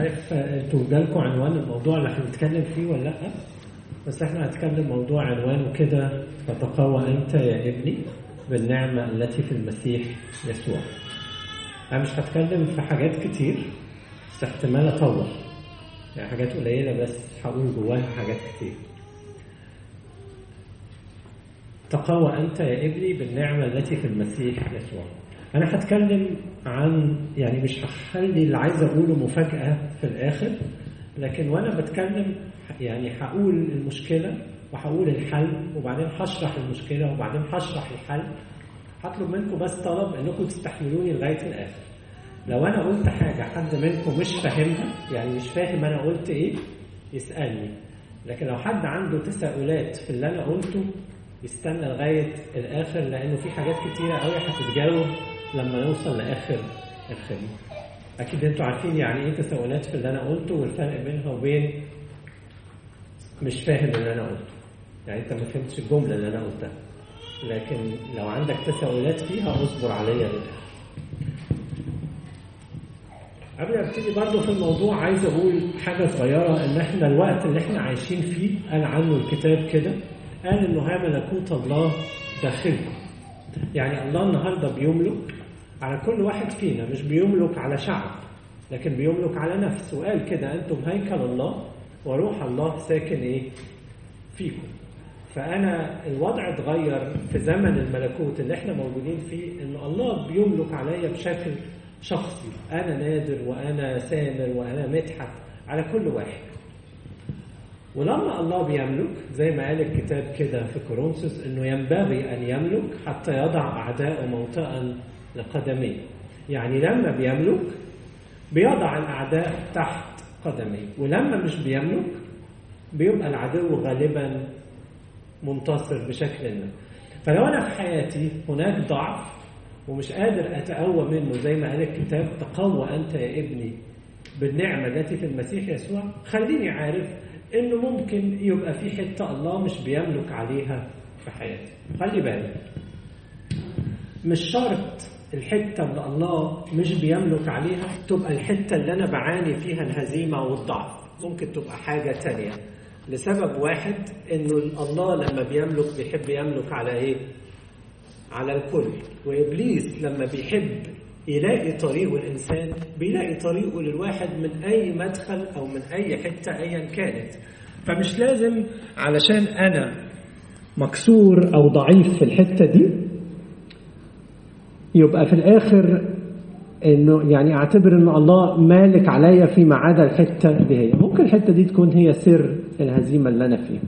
عارف انتوا جالكم عنوان الموضوع اللي هنتكلم فيه ولا لا؟ بس احنا هنتكلم موضوع عنوانه كده: فتقوى انت يا ابني بالنعمة التي في المسيح يسوع. انا مش هتكلم في حاجات كتير، بس احتمال اطول، يعني حاجات قليلة بس هقول جواها حاجات كتير. تقوى انت يا ابني بالنعمة التي في المسيح يسوع. انا هتكلم عن، يعني مش هخلي اللي عايز اقوله مفاجأة في الاخر، لكن وانا بتكلم يعني هقول المشكلة وهقول الحل، وبعدين هشرح المشكلة وبعدين هشرح الحل. هطلب منكم بس طلب انكم تستحملوني لغاية الاخر. لو انا قلت حاجة حد منكم مش فاهمها، يعني مش فاهم انا قلت ايه، يسألني. لكن لو حد عنده تساؤلات في اللي انا قلته يستنى لغاية الاخر، لانه في حاجات كتيرة قوي هتتجاوب لما نوصل لاخر الخدمة. اكيد انتوا عارفين يعني ايه تساؤلات في اللي انا قلته، والفرق بينها وبين مش فاهم اللي انا قلته. يعني انت ما فهمتش الجملة اللي انا قلتها، لكن لو عندك تساؤلات فيها اصبر عليا للاخر. قبل ما ابتدي برضه في الموضوع عايز اقول حاجة صغيرة، ان احنا الوقت اللي احنا عايشين فيه قال عنه الكتاب كده، قال انه ها ملكوت الله داخلكم. يعني الله النهاردة بيملك على كل واحد فينا، مش بيملك على شعب لكن بيملك على نفس. وقال كده انتم هيكل الله وروح الله ساكن ايه فيكم. فانا الوضع اتغير في زمن الملكوت اللي احنا موجودين فيه، ان الله بيملك عليا بشكل شخصي. انا نادر وانا سامر وانا مدحت على كل واحد. ولما الله بيملك زي ما قال الكتاب كده في كورنثوس، انه ينبغي ان يملك حتى يضع اعداءه موطئا لقدميه. يعني لما بيملك بيضع الاعداء تحت قدميه، ولما مش بيملك بيبقى العدو غالبا منتصر بشكل ما. فلو انا في حياتي هناك ضعف ومش قادر اتقوى منه، زي ما قال الكتاب تقوى انت يا ابني بالنعمة التي في المسيح يسوع، خليني عارف انه ممكن يبقى في حتة الله مش بيملك عليها في حياتي. خلي بالك، مش شرط الحتة اللي الله مش بيملك عليها تبقى الحتة اللي انا بعاني فيها الهزيمة والضعف. ممكن تبقى حاجة تانية، لسبب واحد، انه الله لما بيملك بيحب يملك على ايه؟ على الكل. وابليس لما بيحب يلاقي طريقه الإنسان بيلاقي طريقه للواحد من أي مدخل أو من أي حتة أيا كانت. فمش لازم علشان أنا مكسور أو ضعيف في الحتة دي يبقى في الآخر إنه يعني أعتبر إنه الله مالك عليا فيما عدا الحتة دي. هي ممكن الحتة دي تكون هي سر الهزيمة اللي أنا فيها.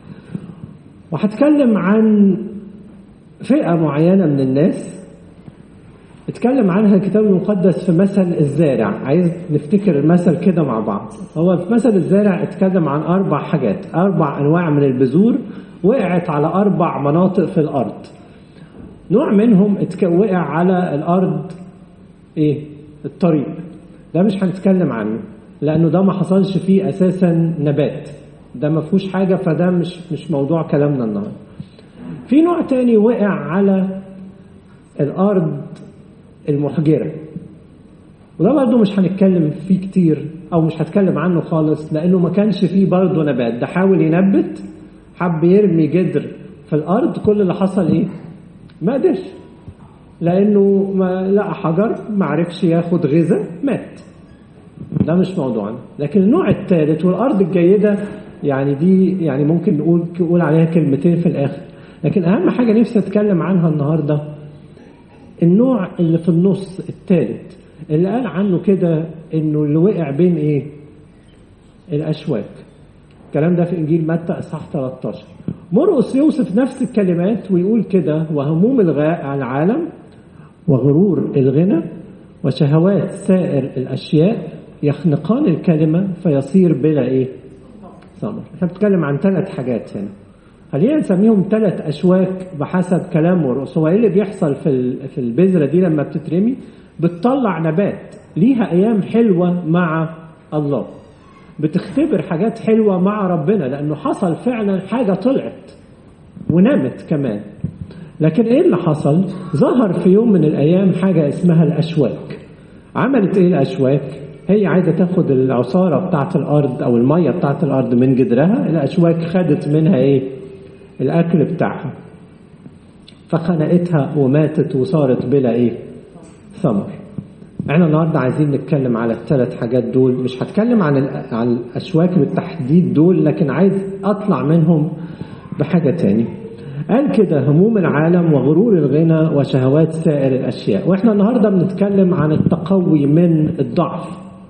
وهتكلم عن فئة معينة من الناس اتكلم عنها الكتاب المقدس في مثل الزارع. عايز نفتكر المثل كده مع بعض. هو في مثل الزارع اتكلم عن 4 حاجات، 4 أنواع من البذور وقعت على 4 مناطق في الأرض. نوع منهم وقع على الأرض ايه؟ الطريق. ده مش هنتكلم عنه لأنه ده ما حصلش فيه أساسا نبات، ده ما فيهوش حاجة، فده مش موضوع كلامنا النهارده. في نوع تاني وقع على الأرض المحجرة، وده برضه مش هنتكلم فيه كتير أو مش هتكلم عنه خالص لأنه ما كانش فيه برضه نبات. ده حاول ينبت، حب يرمي جدر في الأرض، كل اللي حصل إيه؟ ما قدرش، لأنه ما لقى حجر، ما عرفش ياخد غذاء، مات. ده مش موضوعنا. لكن النوع الثالث والأرض الجيدة، يعني دي يعني ممكن نقول عليها كلمتين في الآخر. لكن أهم حاجة نفسي أتكلم عنها النهاردة النوع اللي في النص الثالث، اللي قال عنه كده إنه اللي وقع بين إيه؟ الأشواك. الكلام ده في إنجيل متى إصحاح 13. مرقس يوصف نفس الكلمات ويقول كده: وهموم العالم وغرور الغنى وشهوات سائر الأشياء يخنقان الكلمة فيصير بلا إيه؟ ثمر. احنا بنتكلم عن 3 حاجات هنا، خلينا نسميهم 3 أشواك بحسب كلام مرقس. هو إيه اللي بيحصل في البذرة دي لما بتترمي؟ بتطلع نبات، ليها أيام حلوة مع الله، بتختبر حاجات حلوة مع ربنا، لأنه حصل فعلا حاجة طلعت ونمت كمان. لكن إيه اللي حصل؟ ظهر في يوم من الأيام حاجة اسمها الأشواك. عملت إيه الأشواك؟ هي عايزة تاخد العصارة بتاعة الأرض أو المية بتاعة الأرض من جدرها، الأشواك خدت منها إيه؟ الأكل بتاعها، فخنقتها وماتت وصارت بلا إيه؟ ثمر. احنا النهاردة عايزين نتكلم على الثلاث حاجات دول. مش هتكلم عن الأشواك بالتحديد دول، لكن عايز أطلع منهم بحاجة تاني. قال كده: هموم العالم وغرور الغنى وشهوات سائر الأشياء. وإحنا النهاردة بنتكلم عن التقوي من الضعف.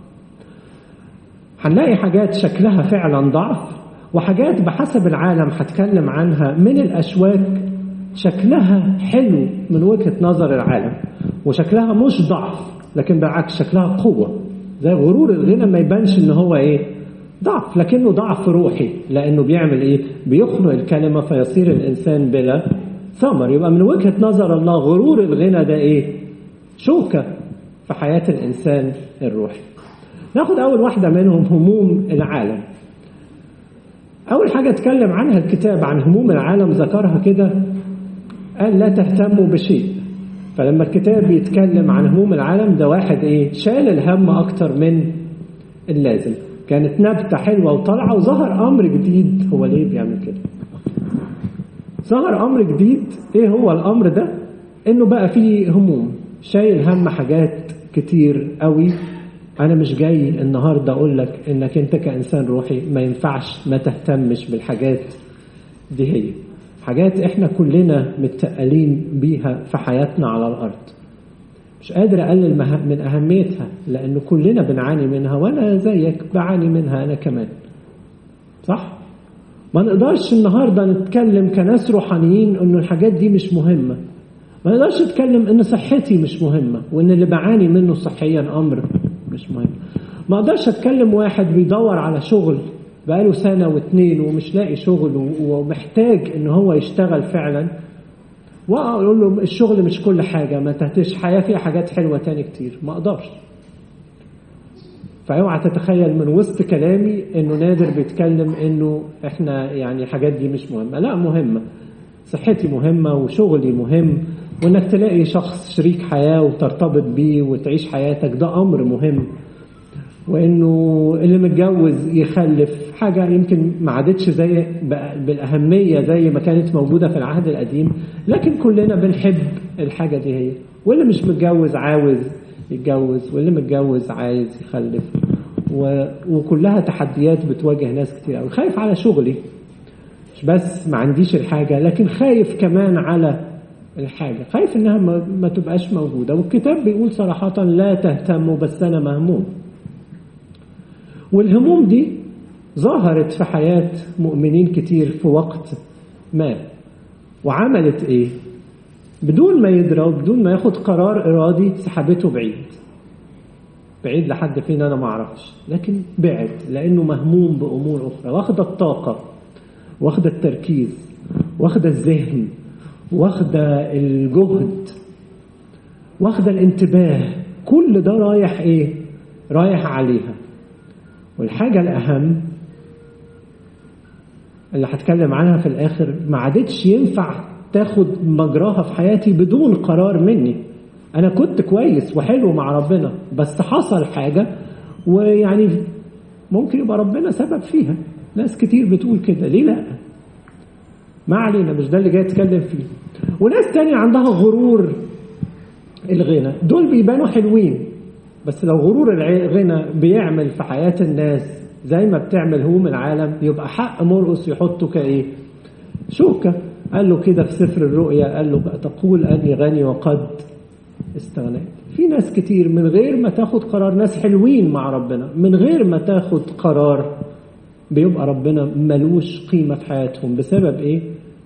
هنلاقي حاجات شكلها فعلا ضعف، وحاجات بحسب العالم هتكلم عنها من الأشواك شكلها حلو من وجهة نظر العالم، وشكلها مش ضعف لكن بالعكس شكلها قوة. زي غرور الغنى ما يبانش ان هو ايه؟ ضعف، لكنه ضعف روحي، لانه بيعمل ايه؟ بيخنق الكلمة فيصير الانسان بلا ثمر. يبقى من وجهة نظر الله غرور الغنى ده ايه؟ شوكة في حياة الانسان الروحي. ناخد اول واحدة منهم، هموم العالم. اول حاجة اتكلم عنها الكتاب عن هموم العالم ذكرها كده، قال: لا تهتموا بشيء. فلما الكتاب بيتكلم عن هموم العالم ده، واحد ايه؟ شال الهم اكتر من اللازم. كانت نبتة حلوة وطلعة وظهر امر جديد. هو ليه بيعمل كده؟ ظهر امر جديد. ايه هو الامر ده؟ انه بقى فيه هموم، شايل هم حاجات كتير قوي. انا مش جاي النهاردة اقول لك انك انت كإنسان روحي ما ينفعش ما تهتمش بالحاجات دي. هي حاجات احنا كلنا متقلين بيها في حياتنا على الارض. مش قادر اقلل من اهميتها، لانه كلنا بنعاني منها، وانا زيك بعاني منها انا كمان. صح؟ ما نقدرش النهارده نتكلم كناس روحانيين انه الحاجات دي مش مهمة. ما نقدرش نتكلم ان صحتي مش مهمة، وان اللي بعاني منه صحيا امر مش مهم. ما اقدرش اتكلم واحد بيدور على شغل بقاله سنة واتنين ومش لاقي شغل ومحتاج ان هو يشتغل فعلا، واقول له الشغل مش كل حاجة، ما تهتش، حياة فيها حاجات حلوة تاني كتير. ما اقدرش. فاوعى تتخيل من وسط كلامي انه نادر بيتكلم انه احنا يعني الحاجات دي مش مهمة. لا، مهمة. صحتي مهمة وشغلي مهم، وانك تلاقي شخص شريك حياة وترتبط بيه وتعيش حياتك ده امر مهم، وانه اللي متجوز يخلف حاجة يمكن ما عادتش زي بالأهمية زي ما كانت موجودة في العهد القديم، لكن كلنا بنحب الحاجة دي هي. واللي مش متجوز عاوز يتجوز، واللي متجوز عايز يخلف، وكلها تحديات بتواجه ناس كتير قوي. خايف على شغلي، مش بس ما عنديش الحاجة، لكن خايف كمان على الحاجة، خايف انها ما تبقاش موجودة. والكتاب بيقول صراحة: لا تهتموا بس انا مهموم. والهموم دي ظهرت في حياة مؤمنين كتير في وقت ما، وعملت ايه؟ بدون ما يدرى وبدون ما ياخد قرار ارادي سحبته بعيد لحد فين انا ما اعرفش، لكن بعد لانه مهموم بامور اخرى، واخده الطاقة، واخده التركيز، واخده الذهن، واخده الجهد، واخده الانتباه. كل ده رايح ايه؟ رايح عليها. والحاجة الأهم اللي هتكلم عنها في الآخر، ما عادتش ينفع تاخد مجراها في حياتي بدون قرار مني. أنا كنت كويس وحلو مع ربنا، بس حصل حاجة ويعني ممكن يبقى ربنا سبب فيها. ناس كتير بتقول كده، ليه لا؟ ما علينا، مش ده اللي جاي اتكلم فيه. وناس تانية عندها غرور الغنى. دول بيبانوا حلوين، بس لو غرور الغنى بيعمل في حياة الناس زي ما بتعمل هموم العالم، يبقى حق مرقس يحطه كايه؟ شوكة. قال له كده في سفر الرؤيا، قال له: بقى تقول أني غني وقد استغنيت. في ناس كتير من غير ما تاخد قرار، ناس حلوين مع ربنا، من غير ما تاخد قرار بيبقى ربنا ملوش قيمة في حياتهم. بسبب ايه؟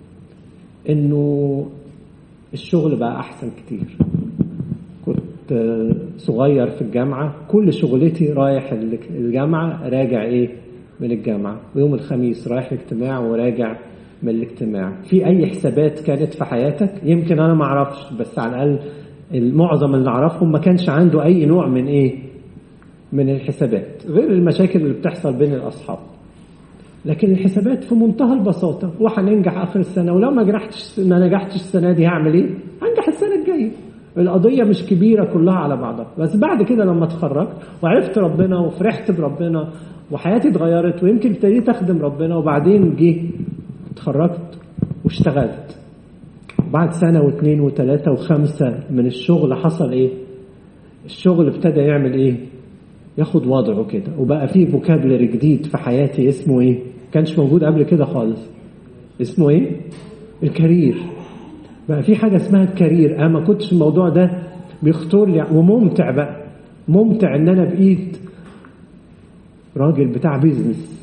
انه الشغل بقى احسن كتير. كنت صغير في الجامعة، كل شغلتي رايح الجامعة راجع ايه من الجامعة، ويوم الخميس رايح الاجتماع وراجع من الاجتماع. في اي حسابات كانت في حياتك؟ يمكن انا ما اعرفش، بس على الاقل المعظم اللي اعرفهم ما كانش عنده اي نوع من ايه، من الحسابات، غير المشاكل اللي بتحصل بين الاصحاب. لكن الحسابات في منتهى البساطة، وهننجح اخر السنة، ولو ما نجحتش السنة دي هعمل ايه؟ هنجح السنة الجاية. القضية مش كبيرة كلها على بعضها. بس بعد كده لما اتخرجت وعرفت ربنا وفرحت بربنا وحياتي اتغيرت ويمكن ابتديت أخدم ربنا، وبعدين اتخرجت واشتغلت. بعد سنة واثنين وثلاثة وخمسة من الشغل حصل ايه؟ الشغل ابتدى يعمل ايه؟ ياخد وضعه كده، وبقى فيه فوكابلري جديد في حياتي اسمه ايه؟ كانش موجود قبل كده خالص. اسمه ايه؟ الكارير. بقى في حاجة اسمها الكارير. انا ما كنتش الموضوع ده بيخطر لي، وممتع بقى، ممتع ان انا بقيت راجل بتاع بيزنس،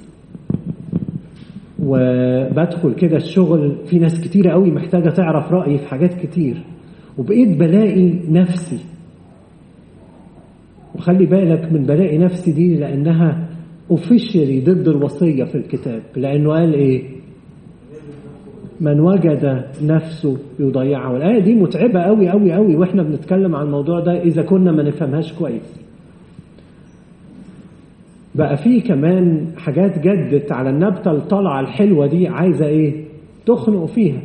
وبدخل كده الشغل في ناس كتيرة قوي محتاجة تعرف رأيي في حاجات كتير، وبقيت بلاقي نفسي. وخلي بالك من بلاقي نفسي دي لأنها اوفيشيالي ضد الوصية في الكتاب، لأنه قال ايه؟ من وجد نفسه يضيعها. والآية دي متعبة قوي قوي قوي واحنا بنتكلم عن الموضوع ده إذا كنا ما نفهمهاش كويس. بقى فيه كمان حاجات جدت على النبتة الطالعة الحلوة دي، عايزة ايه؟ تخنقوا فيها.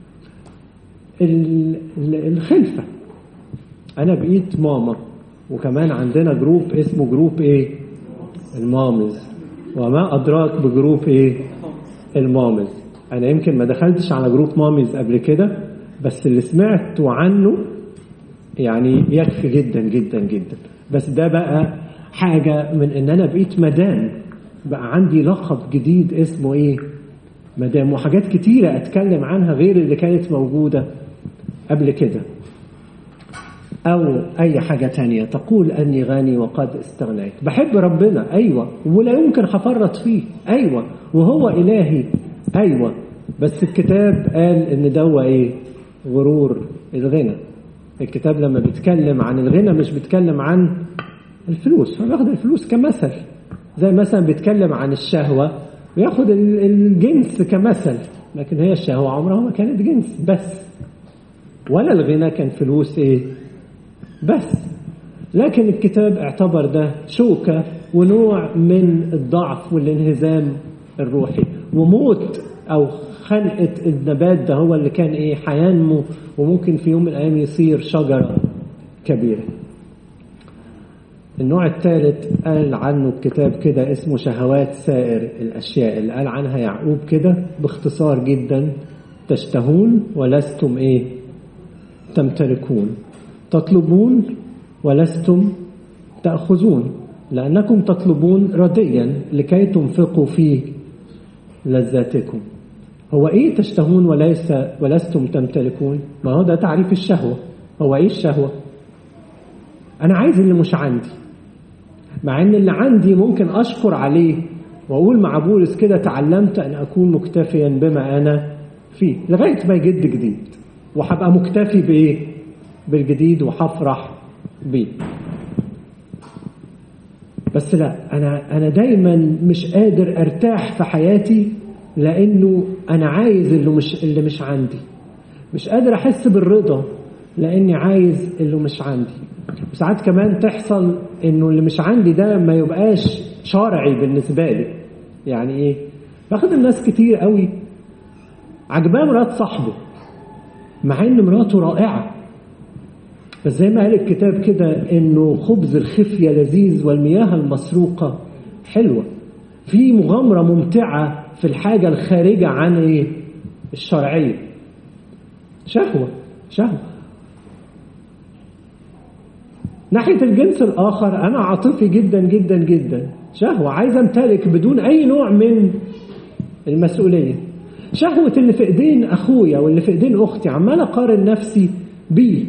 الخلفة. انا بقيت ماما، وكمان عندنا جروب اسمه جروب ايه؟ المامز. وما ادراك بجروب ايه؟ المامز. انا يمكن ما دخلتش على جروب مامز قبل كده، بس اللي سمعته عنه يعني يكفي جدا جدا جدا. بس ده بقى حاجة من ان انا بقيت مدام، بقى عندي لقب جديد اسمه ايه؟ مدام. وحاجات كتيرة اتكلم عنها غير اللي كانت موجودة قبل كده. او اي حاجة تانية تقول اني غني وقد استغنيت. بحب ربنا ايوه، ولا يمكن هفرط فيه ايوه، وهو الهي ايوه، بس الكتاب قال ان ده ايه؟ غرور الغنى. الكتاب لما بيتكلم عن الغنى مش بيتكلم عن الفلوس، هو بياخد الفلوس كمثل، زي مثلا بيتكلم عن الشهوة وياخد الجنس كمثل، لكن هي الشهوة عمرها ما كانت جنس بس، ولا الغنى كان فلوس ايه بس. لكن الكتاب اعتبر ده شوكة ونوع من الضعف والانهزام الروحي، وموت او خلقة النبات ده هو اللي كان ايه؟ هينمو وممكن في يوم من الايام يصير شجرة كبيرة. النوع الثالث قال عنه الكتاب كده اسمه شهوات سائر الأشياء، اللي قال عنها يعقوب كده باختصار جدا: تشتهون ولستم ايه؟ تمتلكون، تطلبون ولستم تأخذون، لأنكم تطلبون رديا لكي تنفقوا في لذاتكم. هو ايه تشتهون ولستم تمتلكون؟ ما هو ده تعريف الشهوة. هو ايه الشهوة؟ أنا عايز اللي مش عندي، مع ان اللي عندي ممكن اشكر عليه واقول مع بولس كده: تعلمت ان اكون مكتفيا بما انا فيه، لغايه ما يجد جديد وهبقى مكتفي بايه؟ بالجديد وهفرح بيه. بس لا، انا دايما مش قادر ارتاح في حياتي لانه انا عايز اللي مش عندي. مش قادر احس بالرضا لاني عايز اللي مش عندي. وساعات كمان تحصل انه اللي مش عندي ده ما يبقاش شرعي بالنسبه لي. يعني ايه؟ باخد الناس كتير قوي عجباه مرات صاحبه مع ان مراته رائعه، بس زي ما قال الكتاب كده انه خبز الخفيه لذيذ والمياه المسروقه حلوه. في مغامره ممتعه في الحاجه الخارجه عن ايه؟ الشرعيه. شهوه. ناحية الجنس الآخر أنا عاطفي جدا جدا جدا، شهوة عايز أمتلك بدون أي نوع من المسؤولية. شهوة اللي في إيدين أخويا واللي في إيدين أختي، عمال أقارن نفسي بيه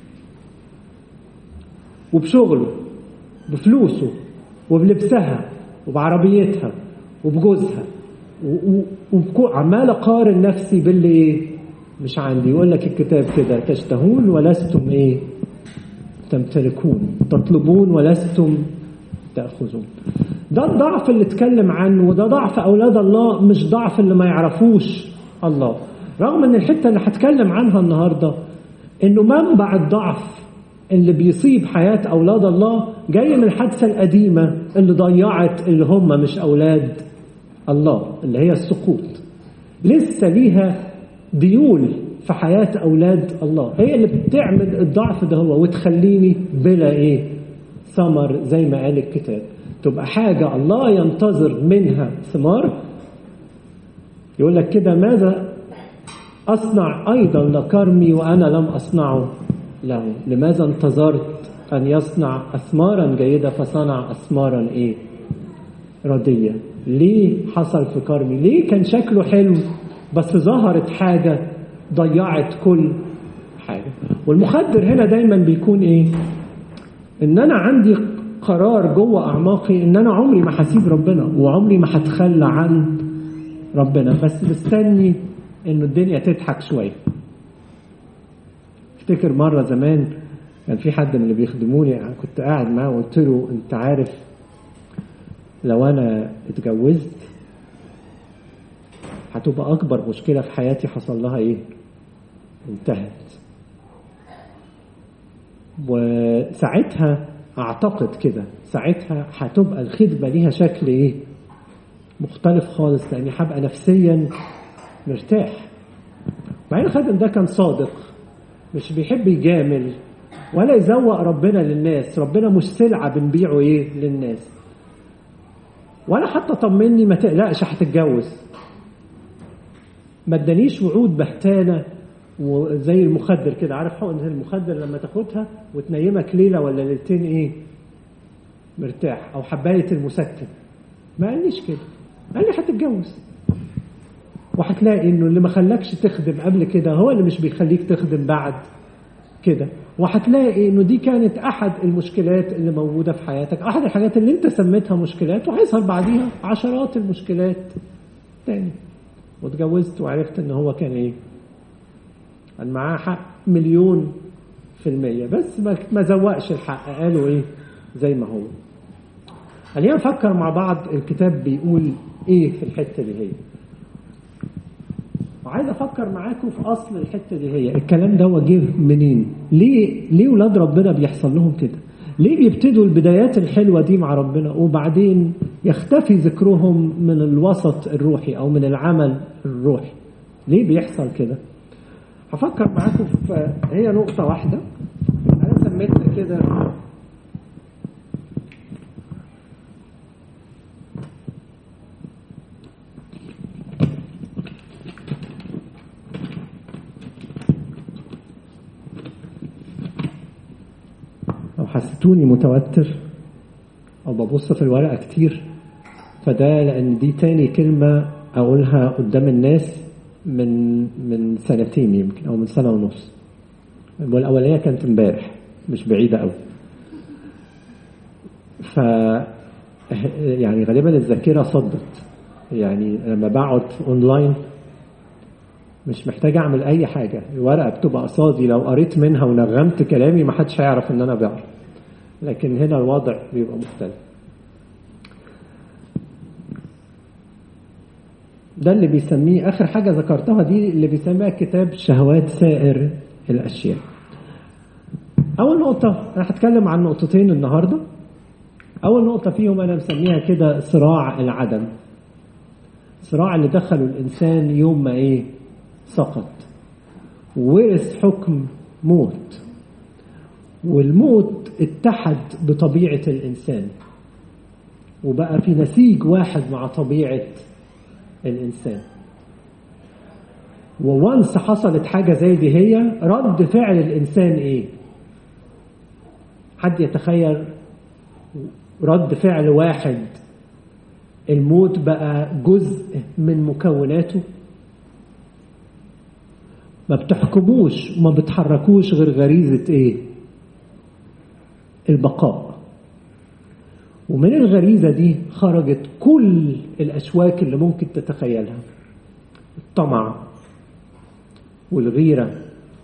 وبشغله بفلوسه وبلبسها وبعربيتها وبجوزها، عمال أقارن نفسي باللي مش عندي. يقول لك الكتاب كده: تشتهون ولستم ايه؟ تمتلكون، تطلبون ولستم تأخذون. ده الضعف اللي اتكلم عنه، وده ضعف أولاد الله، مش ضعف اللي ما يعرفوش الله. رغم ان الحتة اللي هتكلم عنها النهاردة انه منبع الضعف اللي بيصيب حياة أولاد الله جاي من الحادثة القديمة اللي ضيعت اللي هم مش أولاد الله، اللي هي السقوط. لسه ليها ديول في حياة أولاد الله، هي اللي بتعمل الضعف ده هو وتخليني بلا إيه؟ ثمر زي ما قال الكتاب. تبقى حاجة الله ينتظر منها ثمار. يقول لك كده: ماذا أصنع أيضا لكرمي وأنا لم أصنعه له؟ لماذا انتظرت أن يصنع أثمارا جيدة فصنع أثمارا إيه؟ ردية. ليه حصل في كرمي؟ ليه كان شكله حلو بس ظهرت حاجة ضيعت كل حاجة؟ والمخدر هنا دايما بيكون إيه؟ إن أنا عندي قرار جوه أعماقي إن أنا عمري ما هسيب ربنا وعمري ما هتخلى عن ربنا، بس مستني إنه الدنيا تضحك شوية. افتكر مرة زمان كان في حد من اللي بيخدموني كنت قاعد معاه وقلت له: أنت عارف لو أنا اتجوزت هتبقى أكبر مشكلة في حياتي حصل لها إيه؟ انتهت. وساعتها أعتقد كده ساعتها هتبقى الخدمة ليها شكل إيه؟ مختلف خالص، لأني هبقى نفسيا مرتاح. وبعدين الخادم ده كان صادق، مش بيحب يجامل ولا يزوق ربنا للناس. ربنا مش سلعة بنبيعه إيه للناس. ولا حتى طمني ما تقلقش هتتجوز، ما ادانيش وعود بهتانة وزي المخدر كده. عارف حقن المخدر لما تاخدها وتنيمك ليلة ولا ليلتين ايه مرتاح، او حباية المسكن. ما قاليش كده، قال لي هتتجوز وهتلاقي انه اللي ما خلاكش تخدم قبل كده هو اللي مش بيخليك تخدم بعد كده، وهتلاقي انه دي كانت احد المشكلات اللي موجودة في حياتك، احد الحاجات اللي انت سميتها مشكلات، وهيظهر بعديها عشرات المشكلات تاني. واتجوزت وعرفت ان هو كان ايه؟ كان معاه حق 1,000,000%، بس ما زوقش الحق، قالوا ايه زي ما هو. خلينا نفكر مع بعض الكتاب بيقول ايه في الحتة دي. هي وعايز افكر معاكم في اصل الحتة دي. هي الكلام ده جه منين؟ ليه ولاد ربنا بيحصل لهم كده؟ ليه بيبتدوا البدايات الحلوة دي مع ربنا وبعدين يختفي ذكرهم من الوسط الروحي او من العمل الروحي؟ ليه بيحصل كده؟ هفكر معاكم في هي نقطة واحدة انا سميتها كده لو حسيتوني متوتر او ببص في الورقة كتير فده لان دي تاني كلمة اقولها قدام الناس من سنتين يمكن او من سنة ونص، والاولانية كانت امبارح مش بعيدة قوي. يعني غالبا الذاكرة صدت. يعني لما بقعد اونلاين مش محتاج اعمل اي حاجة، الورقة بتبقى قصادي، لو قريت منها ونغمت كلامي ما حدش هيعرف ان انا بقرا. لكن هنا الوضع بيبقى مختلف. ده اللي بيسميه اخر حاجة ذكرتها دي اللي بيسميها الكتاب شهوات سائر الاشياء. اول نقطة انا هتكلم عن نقطتين النهاردة. اول نقطة فيهم انا مسميها كده صراع العدم. صراع اللي دخله الانسان يوم ما ايه سقط ورث حكم موت، والموت اتحد بطبيعة الانسان وبقى في نسيج واحد مع طبيعة الانسان. ووانس حصلت حاجة زي دي هي رد فعل الانسان ايه؟ حد يتخيل رد فعل واحد الموت بقى جزء من مكوناته؟ ما بتحكموش وما بتحركوش غير غريزة ايه؟ البقاء. ومن الغريزة دي خرجت كل الأشواك اللي ممكن تتخيلها: الطمع والغيرة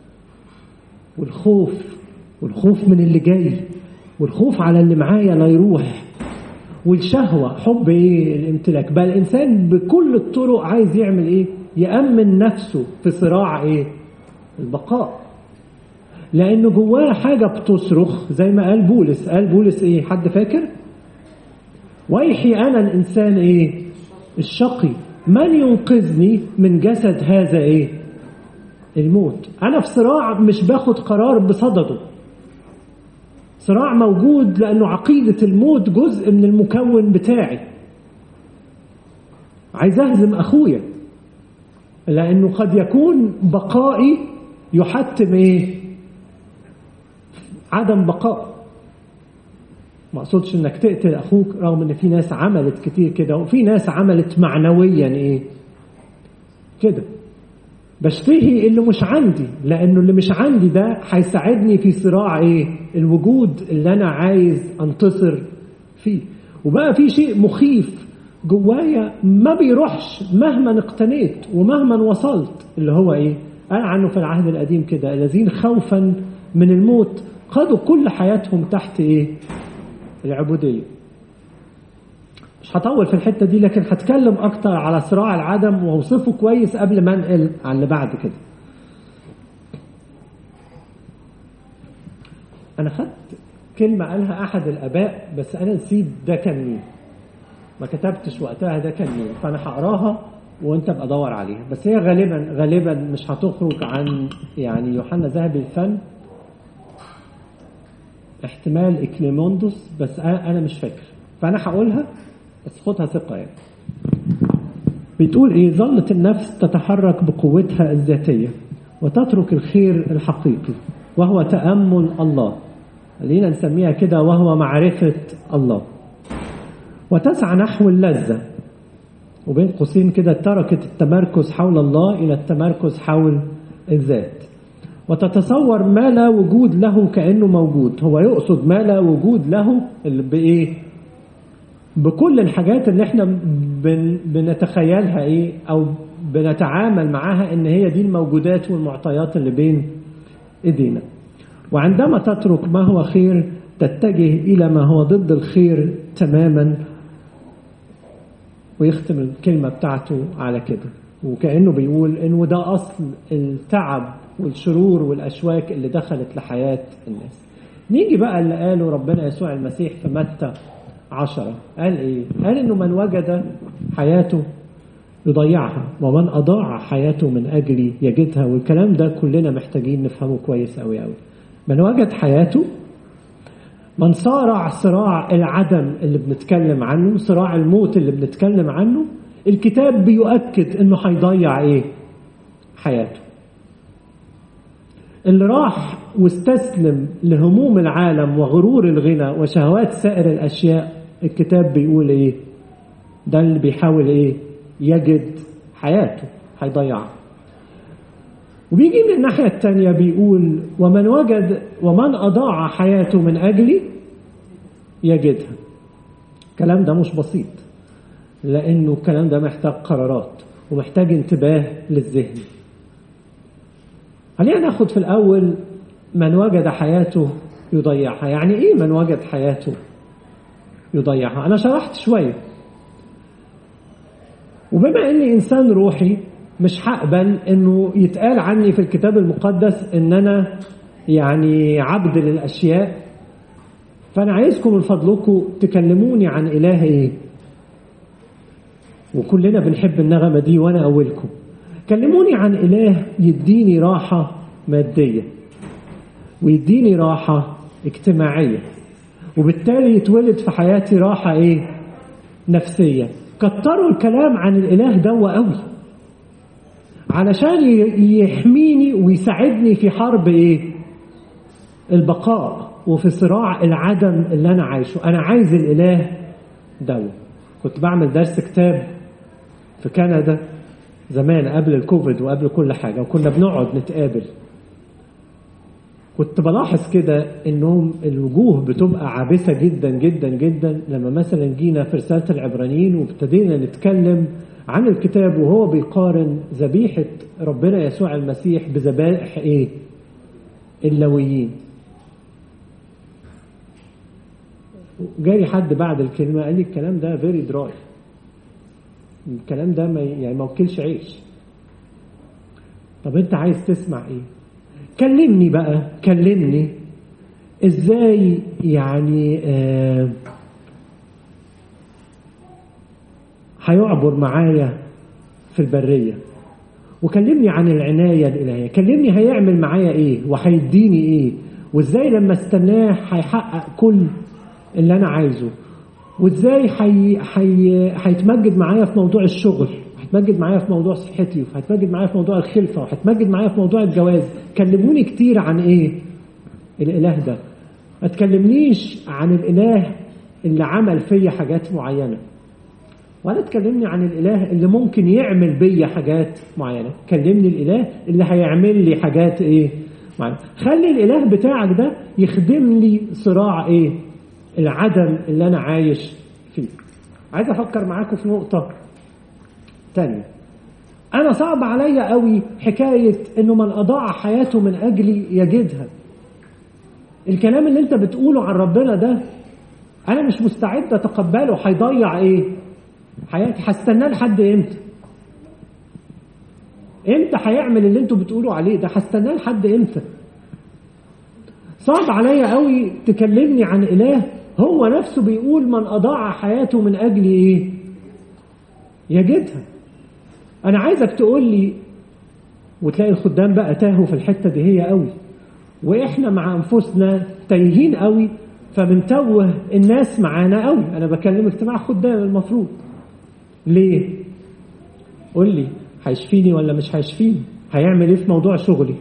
والخوف من اللي جاي، والخوف على اللي معايا لا يروح، والشهوة، حب ايه؟ الامتلاك. بقى الانسان بكل الطرق عايز يعمل ايه؟ يأمن نفسه في صراع ايه؟ البقاء. لانه جواه حاجة بتصرخ زي ما قال بولس ايه؟ حد فاكر؟ ويحي انا الانسان ايه؟ الشقي، من ينقذني من جسد هذا ايه؟ الموت. أنا في صراع مش باخد قرار بصدده، صراع موجود لأنه عقيدة الموت جزء من المكون بتاعي. عايز أهزم أخويا لأنه قد يكون بقائي يحتم إيه؟ عدم بقاء. ما أقصدش إنك تقتل أخوك، رغم إن في ناس عملت كتير كده، وفي ناس عملت معنويا إيه؟ كده. بشتهي اللي مش عندي، لأنه اللي مش عندي ده هيساعدني في صراع إيه؟ الوجود اللي أنا عايز أنتصر فيه. وبقى في شيء مخيف جوايا ما بيروحش مهما اقتنيت ومهما وصلت، اللي هو إيه؟ قال عنه في العهد القديم كده: الذين خوفا من الموت خدوا كل حياتهم تحت إيه؟ العبودية. مش هطول في الحتة دي، لكن هتكلم أكتر على صراع العدم وأوصفه كويس قبل ما أنقل على اللي بعد كده. أنا خدت كلمة قالها أحد الآباء بس أنا نسيت ده كان مين، ما كتبتش وقتها ده كان مين، فأنا هقراها وأنت بقى دور عليها. بس هي غالبا مش هتخرج عن يعني يوحنا ذهبي الفن، احتمال إكليموندوس، بس أنا مش فاكر، فأنا هقولها بس خدها ثقة يعني. بتقول إيه؟ ظلت النفس تتحرك بقوتها الذاتية وتترك الخير الحقيقي وهو تأمل الله، خلينا نسميها كده، وهو معرفة الله، وتسعى نحو اللذة، وبين قوسين كده تركت التمركز حول الله إلى التمركز حول الذات، وتتصور ما لا وجود له كأنه موجود. هو يقصد ما لا وجود له اللي بإيه؟ بكل الحاجات اللي احنا بنتخيلها ايه او بنتعامل معاها ان هي دي الموجودات والمعطيات اللي بين ايدينا. وعندما تترك ما هو خير تتجه الى ما هو ضد الخير تماما. ويختم الكلمة بتاعته على كده، وكأنه بيقول انه ده اصل التعب والشرور والاشواك اللي دخلت لحياة الناس. نيجي بقى اللي قاله ربنا يسوع المسيح في متى 10، قال ايه؟ قال انه من وجد حياته يضيعها ومن اضاع حياته من اجلي يجدها. والكلام ده كلنا محتاجين نفهمه كويس قوي قوي. من وجد حياته، من صارع صراع العدم اللي بنتكلم عنه، صراع الموت اللي بنتكلم عنه، الكتاب بيؤكد انه هيضيع ايه؟ حياته. اللي راح واستسلم لهموم العالم وغرور الغنى وشهوات سائر الاشياء، الكتاب بيقول ايه؟ ده اللي بيحاول ايه؟ يجد حياته، هيضيعها. وبيجي من الناحية التانية بيقول ومن أضاع حياته من أجلي يجدها. الكلام ده مش بسيط، لأنه الكلام ده محتاج قرارات ومحتاج انتباه للذهن. خلينا ناخد في الأول من وجد حياته يضيعها. يعني إيه من وجد حياته يضيعها؟ أنا شرحت شوية، وبما أني إنسان روحي مش هقبل أنه يتقال عني في الكتاب المقدس أن أنا يعني عبد للأشياء. فأنا عايزكم من فضلكم تكلموني عن إله إيه؟ وكلنا بنحب النغمة دي وأنا أولكم. كلموني عن إله يديني راحة مادية ويديني راحة اجتماعية، وبالتالي يتولد في حياتي راحة إيه؟ نفسية. كتروا الكلام عن الإله ده قوي علشان يحميني ويساعدني في حرب إيه؟ البقاء وفي صراع العدم اللي أنا عايشه. أنا عايز الإله ده. كنت بعمل درس كتاب في كندا زمان قبل الكوفيد وقبل كل حاجة، وكنا بنقعد نتقابل. كنت بلاحظ كده انهم الوجوه بتبقى عابسة جدا جدا جدا لما مثلا جينا في رسالة العبرانيين وابتدينا نتكلم عن الكتاب وهو بيقارن ذبيحة ربنا يسوع المسيح بذبائح ايه؟ اللاويين. جاي حد بعد الكلمة قال لي الكلام ده فيري دراي، الكلام ده ما وكلش عيش. طب انت عايز تسمع ايه؟ كلمني بقى، كلمني ازاي يعني هيعبر معايا في البرية، وكلمني عن العناية الإلهية، كلمني هيعمل معايا إيه وهيديني إيه، وإزاي لما استناه هيحقق كل اللي أنا عايزه، وإزاي هيتمجد معايا في موضوع الشغل، هيتمجد معايا في موضوع صحتي، وهيتمجد معايا في موضوع الخلفة، وهيتمجد معايا في موضوع الجواز. كلموني كتير عن إيه الإله ده، ما تكلمنيش عن الإله اللي عمل فيا حاجات معينة، ولا تكلمني عن الإله اللي ممكن يعمل بيا حاجات معينة. كلمني الإله اللي هيعمل لي حاجات إيه معينة. خلي الإله بتاعك ده يخدم لي صراع إيه العدم اللي أنا عايش فيه. عايز أفكر معاكم في نقطة تانية. أنا صعب عليا قوي حكاية إنه من أضاع حياته من أجلي يجدها. الكلام اللي أنت بتقوله عن ربنا ده أنا مش مستعد أتقبله. هيضيع إيه حياتي؟ هستناه لحد امتى هيعمل اللي انتوا بتقولوا عليه ده؟ هستناه لحد امتى؟ صعب عليا قوي تكلمني عن إله هو نفسه بيقول من أضاع حياته من أجل إيه يجدها. أنا عايزك تقول لي، وتلاقي الخدام بقى تاهوا في الحتة دي هي قوي، وإحنا مع أنفسنا تايهين قوي، فبنتوه الناس معانا قوي. أنا بكلم اجتماع خدام المفروض. ليه؟ قول لي هيشفيني ولا مش هيشفيني؟ هيعمل ايه في موضوع شغلي؟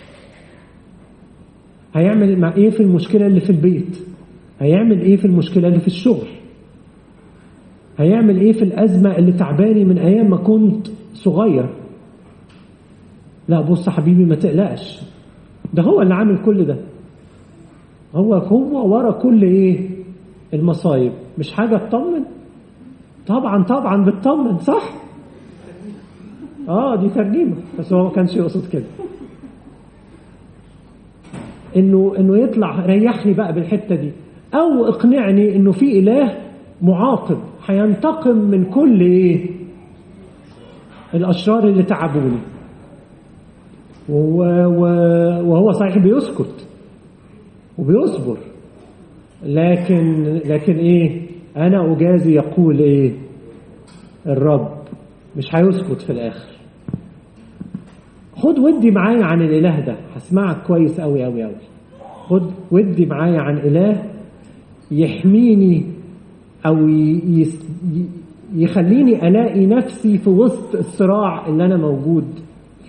هيعمل مع ايه في المشكلة اللي في البيت؟ هيعمل ايه في المشكلة اللي في الشغل؟ هيعمل ايه في الأزمة اللي تعباني من ايام ما كنت صغير؟ لا بص حبيبي ما تقلقش، ده هو اللي عامل كل ده، هو ورا كل ايه المصايب. مش حاجة تطمن؟ طبعا بتطمن، صح؟ دي ترجمة، بس هو ما كانش يقصد كده. انه يطلع ريحني بقى بالحتة دي، او اقنعني انه في اله معاقب هينتقم من كل ايه الاشرار اللي تعبوني. وهو صحيح بيسكت وبيصبر، لكن ايه انا اجازي يقول ايه الرب، مش هيسكت في الاخر. خد ودي معايا عن الاله ده، هسمعك كويس قوي قوي قوي. خد ودي معايا عن اله يحميني او يخليني الاقي نفسي في وسط الصراع اللي انا موجود فيه.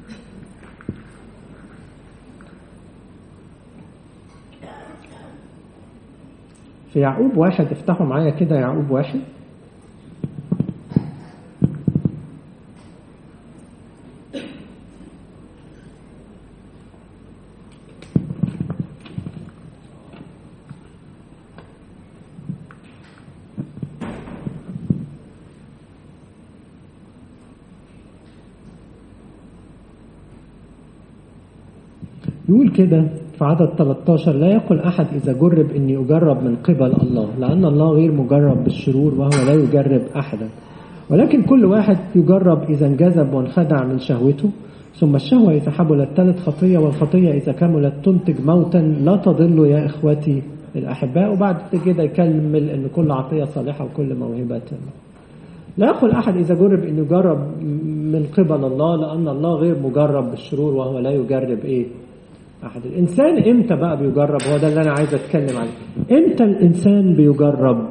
في يعقوب 1، افتحوا معايا كده يعقوب 1. يقول كده في عدد 13: لا يقل أحد إذا جرب إني أجرب من قبل الله، لأن الله غير مجرب بالشرور وهو لا يجرب أحدا، ولكن كل واحد يجرب إذا انجذب وانخدع من شهوته، ثم الشهوة إذا حبلت تلت خطية، والخطية إذا كملت تنتج موتا لا تضلوا يا إخوتي الأحباء. وبعد كده يكمل إن كل عطية صالحة وكل موهبة. لا يقل أحد إذا جرب إنه يجرب من قبل الله، لأن الله غير مجرب بالشرور وهو لا يجرب إيه أحد. الإنسان إمتى بقى بيجرب؟ هو ده اللي أنا عايز أتكلم عنه. إمتى الإنسان بيجرب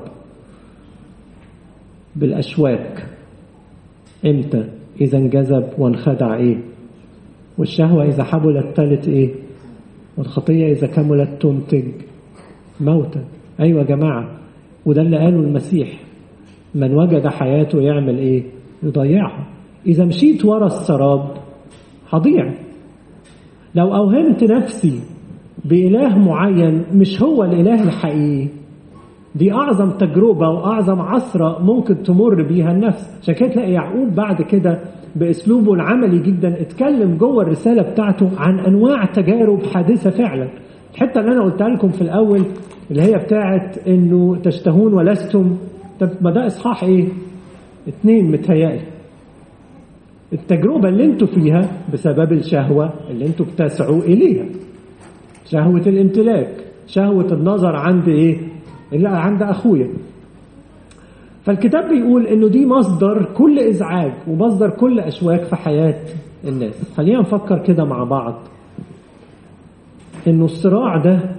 بالأشواك؟ إمتى؟ إذا انجذب وانخدع إيه، والشهوة إذا حبلت تلت إيه، والخطية إذا كملت تنتج موتا. أيوة يا جماعة، وده اللي قاله المسيح: من وجد حياته يعمل إيه؟ يضيعها. إذا مشيت ورا السراب هضيع. لو أوهمت نفسي بإله معين مش هو الإله الحقيقي، دي أعظم تجربة وأعظم عثرة ممكن تمر بيها النفس. عشان كده تلاقي يعقوب بعد كده بأسلوبه العملي جدا اتكلم جوه الرسالة بتاعته عن أنواع تجارب حادثة فعلا. الحتة اللي أنا قلتها لكم في الأول اللي هي بتاعت إنه تشتهون ولستم، طب ما ده إصحاح إيه؟ 2 متهيألي. التجربة اللي انتوا فيها بسبب الشهوة اللي انتوا بتسعوا إليها، شهوة الامتلاك، شهوة النظر عند إيه؟ اللي عند أخويا. فالكتاب بيقول انه دي مصدر كل ازعاج ومصدر كل اشواك في حياة الناس. خلينا نفكر كده مع بعض انه الصراع ده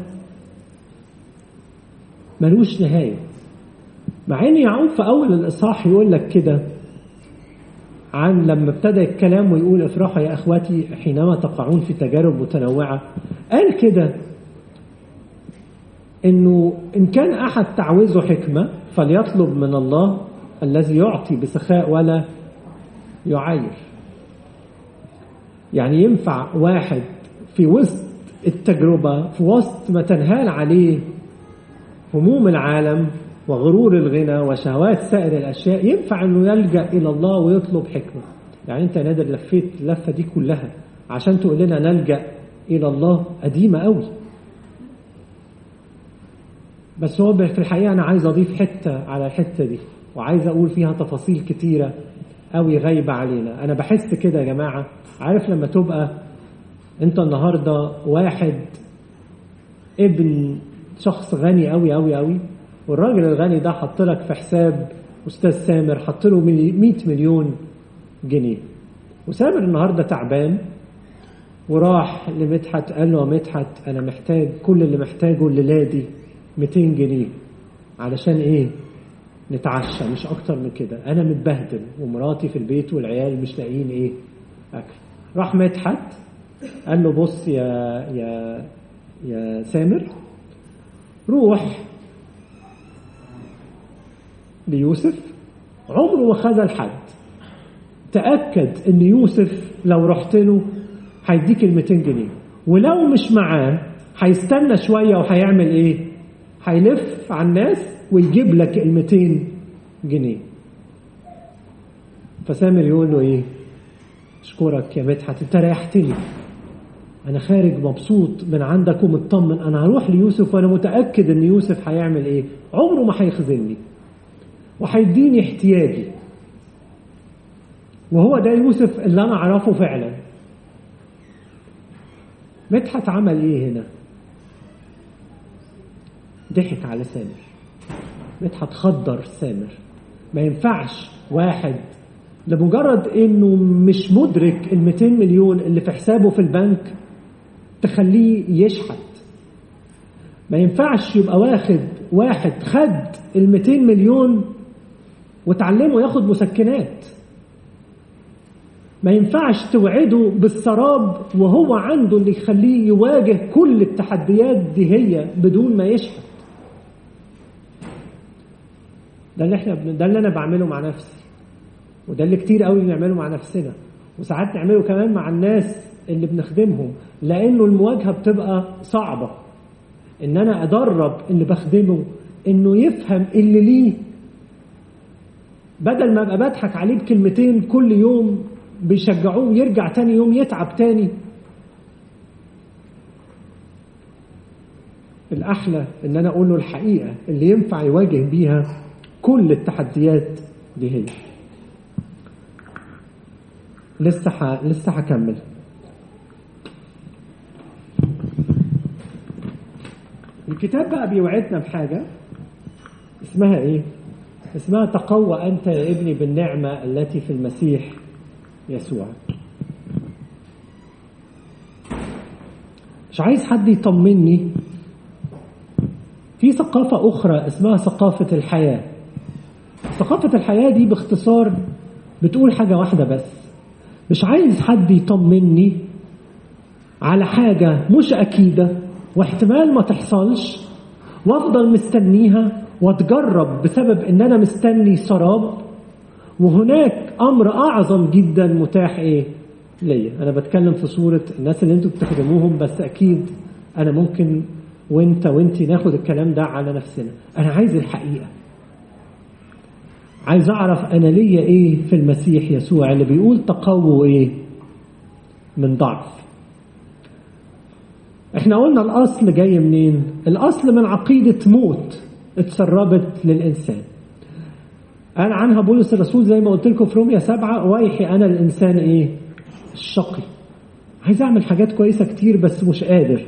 ملوش نهاية، مع ان يعقوب في اول الاصحاح يقول لك كده عن لما ابتدى الكلام ويقول افرحوا يا اخواتي حينما تقعون في تجارب متنوعة، قال كده انه ان كان احد تعوزه حكمة فليطلب من الله الذي يعطي بسخاء ولا يعاير. يعني ينفع واحد في وسط التجربة، في وسط ما تنهال عليه هموم العالم وغرور الغنى وشهوات سائر الأشياء، ينفع أنه يلجأ إلى الله ويطلب حكمة. يعني أنت نادر لفيت اللفة دي كلها عشان تقول لنا نلجأ إلى الله، قديمة قوي. بس هو في الحقيقة أنا عايز أضيف حتة على الحتة دي، وعايز أقول فيها تفاصيل كتيرة قوي غايبة علينا. أنا بحس كده يا جماعة، عارف لما تبقى أنت النهاردة واحد ابن شخص غني قوي قوي قوي، والراجل الغني ده حط لك في حساب أستاذ سامر حط له 100 مليون جنيه، وسامر النهاردة تعبان وراح لمدحت قال له يا مدحت أنا محتاج كل اللي محتاجه الليلة دي 200 جنيه علشان إيه؟ نتعشى، مش أكتر من كده، أنا متبهدل ومراتي في البيت والعيال مش لاقيين إيه؟ أكل. راح مدحت قال له بص يا سامر، روح ليوسف، عمره ما خذل حد، تأكد ان يوسف لو رحت له هيديك 200 جنيه، ولو مش معاه هيستنى شوية وهيعمل ايه؟ هيلف على الناس ويجيب لك 200 جنيه. فسامر يقول له ايه؟ اشكرك يا مدحت انت ريحتني، انا خارج مبسوط من عندك ومطمن، انا هروح ليوسف وانا متأكد ان يوسف هيعمل ايه؟ عمره ما هيخذلني وهيديني احتياجي. وهو ده يوسف اللي انا اعرفه فعلا. مدحت عمل ايه هنا؟ ضحك على سامر. مدحت خدر سامر. ما ينفعش واحد لمجرد انه مش مدرك ال 200 مليون اللي في حسابه في البنك تخليه يشحت. ما ينفعش يبقى واحد خد ال 200 مليون وتعلمه ياخد مسكنات. ما ينفعش توعده بالسراب وهو عنده اللي يخليه يواجه كل التحديات دي هي بدون ما يشحت. ده اللي انا بعمله مع نفسي، وده اللي كتير قوي بنعمله مع نفسنا، وساعات نعمله كمان مع الناس اللي بنخدمهم، لانه المواجهة بتبقى صعبة. ان انا ادرب اللي بخدمه انه يفهم اللي ليه، بدل ما ابقى بضحك عليه بكلمتين كل يوم بيشجعوه يرجع تاني يوم يتعب تاني. الاحلى ان انا اقول له الحقيقة اللي ينفع يواجه بيها كل التحديات دي هي. لسه هكمل. الكتاب بقى بيوعدنا بحاجة اسمها ايه؟ اسمها تقوى أنت يا ابني بالنعمة التي في المسيح يسوع. مش عايز حد يطمني في ثقافة أخرى اسمها ثقافة الحياة. ثقافة الحياة دي باختصار بتقول حاجة واحدة بس، مش عايز حد يطمني على حاجة مش أكيدة واحتمال ما تحصلش وافضل مستنيها واتجرب بسبب ان انا مستني سراب، وهناك امر اعظم جدا متاح ايه ليا. انا بتكلم في صورة الناس اللي انتوا بتخدموهم، بس اكيد انا ممكن وانتي ناخد الكلام ده على نفسنا. انا عايز الحقيقة، عايز اعرف انا ليا ايه في المسيح يسوع اللي بيقول تقووا ايه من ضعف. احنا قلنا الاصل جاي منين؟ الاصل من عقيدة موت اتسربت للانسان. قال عنها بولس الرسول زي ما قلت لكم في رومية 7 ويحي انا الانسان ايه الشقي. عايز اعمل حاجات كويسة كتير بس مش قادر.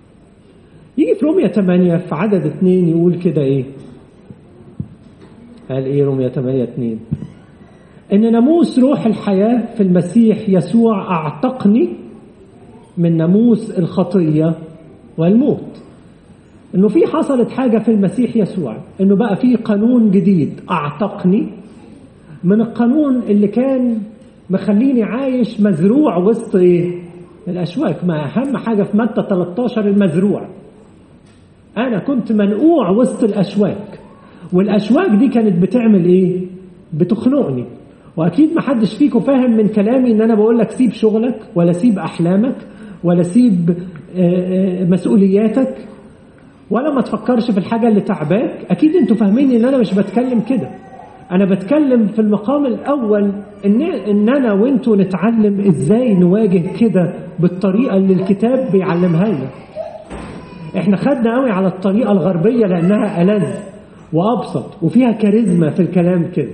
يجي في رومية 8 في عدد 2 يقول كده ايه؟ قال ايه رمية 8:2؟ ان ناموس روح الحياة في المسيح يسوع اعتقني من ناموس الخطية والموت. انه في حصلت حاجة في المسيح يسوع، انه بقى في قانون جديد اعتقني من القانون اللي كان مخليني عايش مزروع وسط ايه؟ الاشواك. ما اهم حاجة في متى 13 المزروع. انا كنت منقوع وسط الاشواك، والاشواك دي كانت بتعمل ايه؟ بتخنقني. واكيد ما حدش فيكم فاهم من كلامي ان انا بقول لك سيب شغلك ولا سيب احلامك ولا سيب مسؤولياتك ولا ما تفكرش في الحاجة اللي تعباك. اكيد انتوا فاهمين ان انا مش بتكلم كده. انا بتكلم في المقام الاول ان انا وانتوا نتعلم ازاي نواجه كده بالطريقة اللي الكتاب بيعلمها لنا. احنا خدنا قوي على الطريقة الغربية لانها ألذ وابسط وفيها كاريزما في الكلام كده،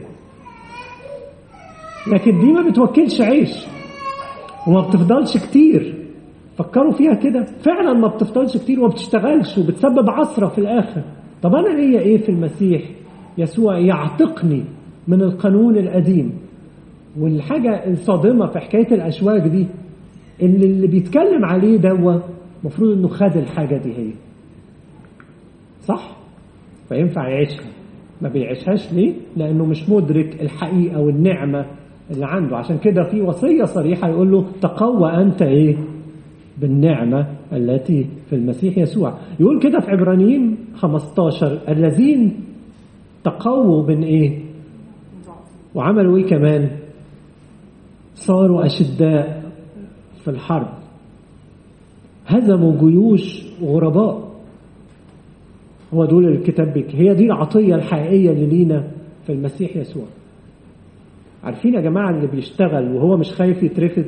لكن دي ما بتوكلش عيش وما بتفضلش كتير. فكروا فيها كده، فعلا ما بتفضلش كتير وما بتشتغلش وبتسبب عثرة في الآخر. طب أنا ليا إيه في المسيح يسوع يعتقني من القانون القديم؟ والحاجة الصادمة في حكاية الأشواك دي إن اللي بيتكلم عليه دوا مفروض إنه خد الحاجة دي هي صح؟ فينفع يعيشها. ما بيعيشهاش ليه؟ لأنه مش مدرك الحقيقة والنعمة اللي عنده. عشان كده في وصية صريحة يقول له تقوى أنت إيه؟ بالنعمة التي في المسيح يسوع. يقول كده في عبرانيين 15 الذين تقووا من إيه؟ وعملوا إيه كمان؟ صاروا أشداء في الحرب، هزموا جيوش غرباء. هو دول الكتاب بك، هي دي العطية الحقيقية اللي لينا في المسيح يسوع. عارفين يا جماعة اللي بيشتغل وهو مش خايف يترفد؟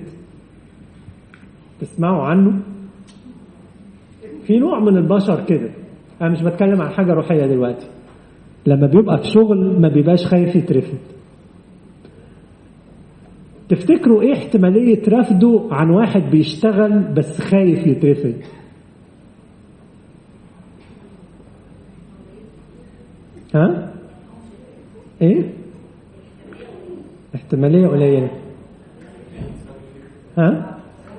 تسمعوا عنه؟ في نوع من البشر كده، أنا مش بتكلم عن حاجة روحية دلوقتي، لما بيبقى في شغل ما بيبقاش خايف يترفد. تفتكروا ايه احتمالية رفضه عن واحد بيشتغل بس خايف يترفد؟ ها؟ ايه؟ احتمالية قليلة. ها؟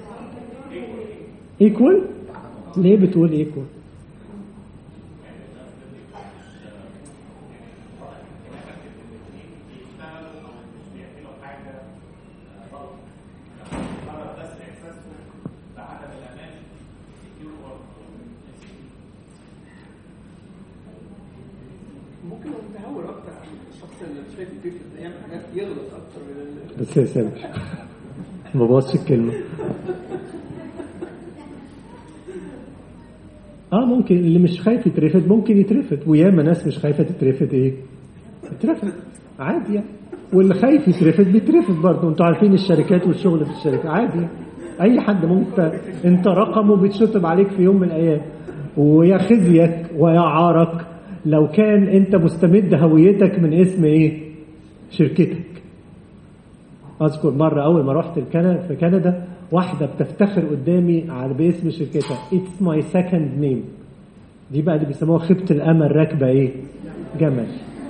ايكوال؟ ليه بتقول ايكوال؟ ممكن نتهور اكتر عن الشخص اللي شايف الفكر ده يعمل حاجات يغلط اكتر من بس يا سامر ما بوظش الكلمه. ممكن اللي مش خايف يترفد ممكن يترفد، وياما ناس مش خايفه تترفد ايه؟ يترفد عادي يعني. واللي خايف يترفد بيترفد برضه. انتوا عارفين الشركات والشغل في الشركه عادي، اي حد ممكن انت رقمه بيتشطب عليك في يوم من الايام. ويا خزيك ويا عارك لو كان انت مستمد هويتك من اسم ايه؟ شركتك. اذكر مره اول ما رحت في كندا واحده بتفتخر قدامي على باسم شركتها It's my second name. دي بقى اللي بيسموها خيبة الامل راكبه ايه؟ جمل.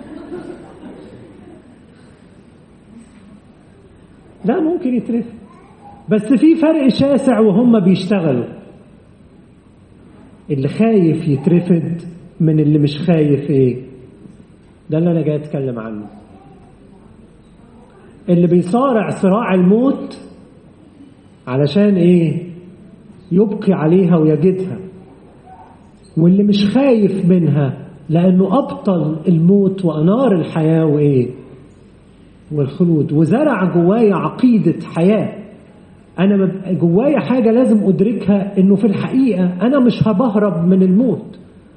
لا ممكن يترفض، بس في فرق شاسع وهم بيشتغلوا. اللي خايف يترفض من اللي مش خايف ايه؟ ده اللي انا جاي اتكلم عنه. اللي بيصارع صراع الموت علشان ايه؟ يبقي عليها ويجدها. واللي مش خايف منها لانه ابطل الموت وانار الحياة وايه؟ والخلود. وزرع جوايا عقيدة حياة. انا جوايا حاجة لازم ادركها، انه في الحقيقة انا مش هبهرب من الموت،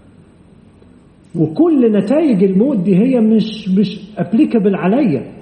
وكل نتائج الموت دي هي مش ابليكابل عليا.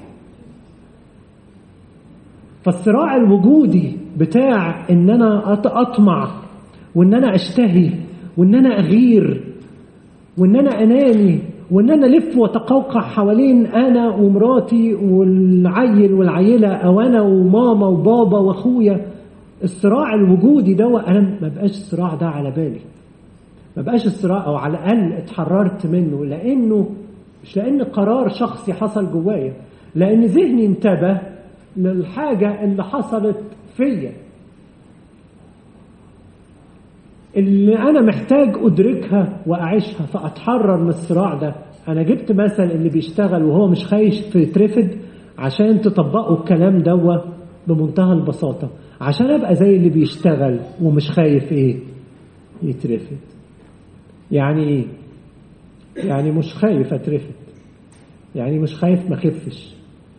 فالصراع الوجودي بتاع ان انا اطمع وان انا اشتهي وان انا اغير وان انا اناني وان انا الف واتقوقع حوالين انا ومراتي والعيل والعيله، او انا وماما وبابا واخويا. الصراع الوجودي ده انا ما بقاش الصراع ده على بالي، ما بقاش الصراع، او على الاقل اتحررت منه، لانه مش لأن قرار شخصي حصل جوايا، لأن ذهني انتبه للحاجة اللي حصلت فيا، اللي أنا محتاج أدركها وأعيشها فأتحرر من الصراع ده. أنا جبت مثل اللي بيشتغل وهو مش خايف يترفد عشان تطبقوا الكلام ده بمنتهى البساطة، عشان أبقى زي اللي بيشتغل ومش خايف يترفد. يعني إيه؟ يعني مش خايف أترفد، يعني مش خايف ما خفش،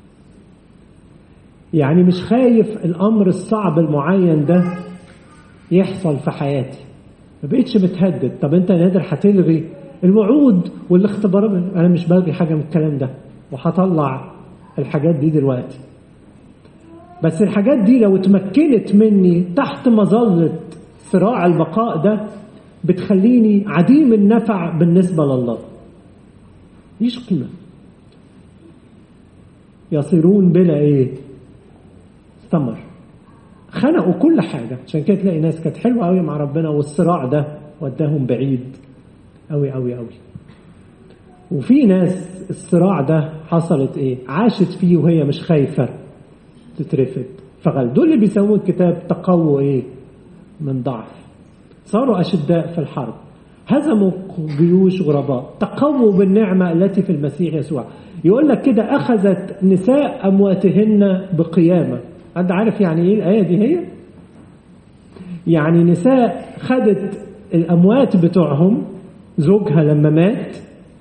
يعني مش خايف الأمر الصعب المعين ده يحصل في حياتي، ما بقيتش متهدد. طب أنت نادر هتلغي الوعود والاختبارات؟ أنا مش بلغي حاجة من الكلام ده، وهطلع الحاجات دي دلوقتي. بس الحاجات دي لو اتمكنت مني تحت مظلة صراع البقاء ده بتخليني عديم النفع بالنسبة لله، مفيش قيمة. يصيرون بلا ثمر، خنقوا كل حاجة. عشان كده تلاقي ناس كانت حلوة قوي مع ربنا والصراع ده وداهم بعيد قوي قوي قوي. وفي ناس الصراع ده حصلت عاشت فيه وهي مش خايفة تترفد فغل. دول اللي بيسموه الكتاب تقووا من ضعف، صاروا أشداء في الحرب، هزموا جيوش غرباء، تقووا بالنعمة التي في المسيح يسوع. يقول لك كده أخذت نساء أمواتهن بقيامة. أنت عارف يعني إيه الآية دي؟ هي يعني نساء خدت الأموات بتوعهم، زوجها لما مات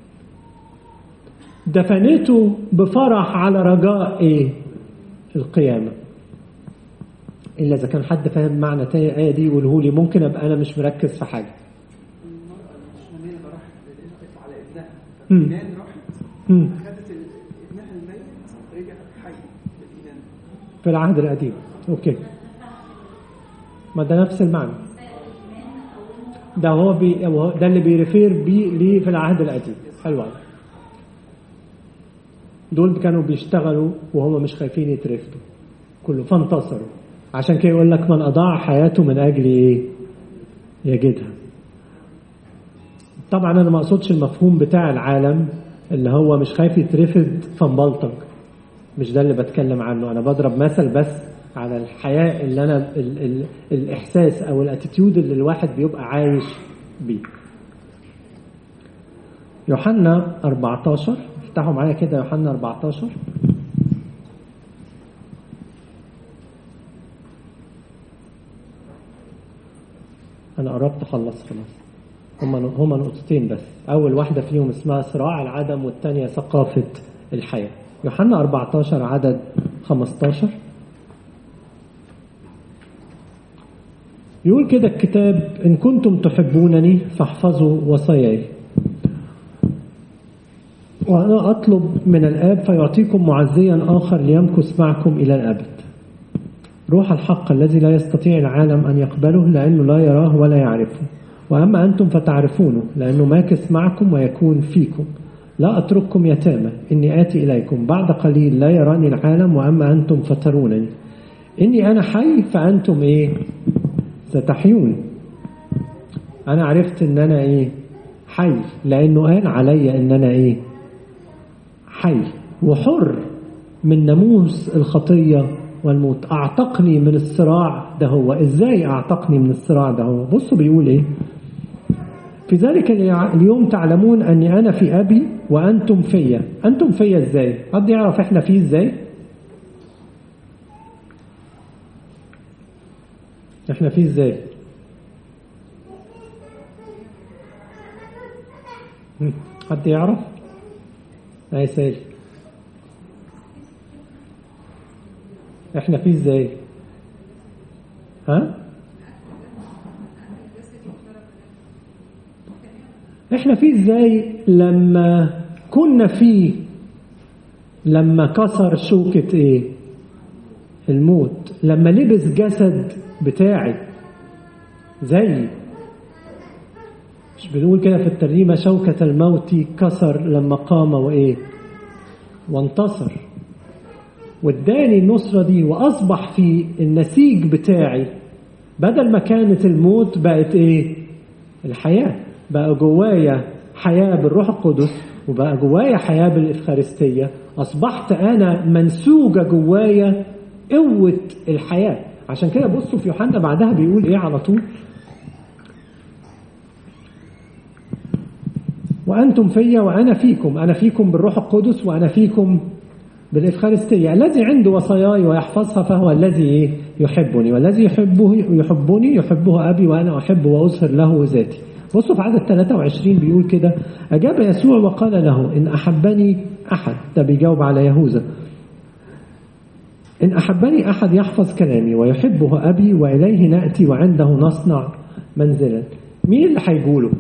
دفنته بفرح على رجاء القيامة. إلا إذا كان حد فاهم معنى الآية دي يقوله لي، ممكن أبقى أنا مش مركز في حاجة. المرأة الشمالية راحت على ابنها، الإيمان راحت أخذت ابنها الميت رجع حي بالإيمان في العهد القديم. أوكي، ما ده نفس المعنى ده، هو ده اللي بيرفير بيه ليه في العهد القديم. حلو قوي. دول كانوا بيشتغلوا وهم مش خايفين يترفدوا كله، فانتصروا. عشان كده يقول لك من أضاع حياته من أجل يجدها. طبعا أنا ما أقصدش المفهوم بتاع العالم اللي هو مش خايف يترفد فنبلطج، مش ده اللي بتكلم عنه. أنا بضرب مثل بس على الحياة اللي أنا الإحساس أو الاتيتيود اللي الواحد بيبقى عايش بيه. يوحنا 14، افتحوا معايا كده يوحنا 14. أنا قربت أخلص خلاص. هما نقطتين بس، أول واحدة فيهم اسمها صراع العدم والتانية ثقافة الحياة. يوحنا 14 عدد 15 يقول كده الكتاب: إن كنتم تحبونني فاحفظوا وصاياي، وأنا أطلب من الآب فيعطيكم معزيا آخر ليمكث معكم إلى الأبد، روح الحق الذي لا يستطيع العالم أن يقبله لأنه لا يراه ولا يعرفه، وأما أنتم فتعرفونه لأنه ماكث معكم ويكون فيكم. لا أترككم يتامى، إني آتي إليكم. بعد قليل لا يراني العالم وأما أنتم فترونني. إني أنا حي فأنتم ستحيون. أنا عرفت إن أنا حي لأنه قال علي إن أنا حي وحر من ناموس الخطية والموت. أعتقني من الصراع ده. هو إزاي أعتقني من الصراع ده؟ هو بصوا بيقول في ذلك اليوم تعلمون أني أنا في أبي وأنتم فيا. أنتم فيا إزاي؟ حد يعرف إحنا فيه إزاي؟ إحنا فيه إزاي؟ حد يعرف؟ أي سيل، إحنا فيه إزاي؟ ها؟ إحنا فيه إزاي لما كنا فيه، لما كسر شوكة الموت، لما لبس جسد بتاعي زي، مش بنقول كده في الترنيمة: شوكة الموت كسر لما قام وانتصر، واداني النصرة دي، وأصبح في النسيج بتاعي بدل ما كانت الموت بقت الحياة. بقى جوايا حياة بالروح القدس، وبقى جوايا حياة بالإفخارستية، أصبحت أنا منسوجة جوايا قوة الحياة. عشان كده بصوا في يوحنا بعدها بيقول إيه على طول؟ وأنتم فيا وأنا فيكم، أنا فيكم بالروح القدس وأنا فيكم بالإفخارستية. الذي عنده وصاياي ويحفظها فهو الذي يحبني، والذي يحبني يحبه أبي وأنا أحبه وأظهر له ذاتي. بصوا في عدد 23 بيقول كده: أجاب يسوع وقال له: إن أحبني أحد، ده بيجاوب على يهوذا، إن أحبني أحد يحفظ كلامي ويحبه أبي وإليه نأتي وعنده نصنع منزلا. مين اللي هيقوله؟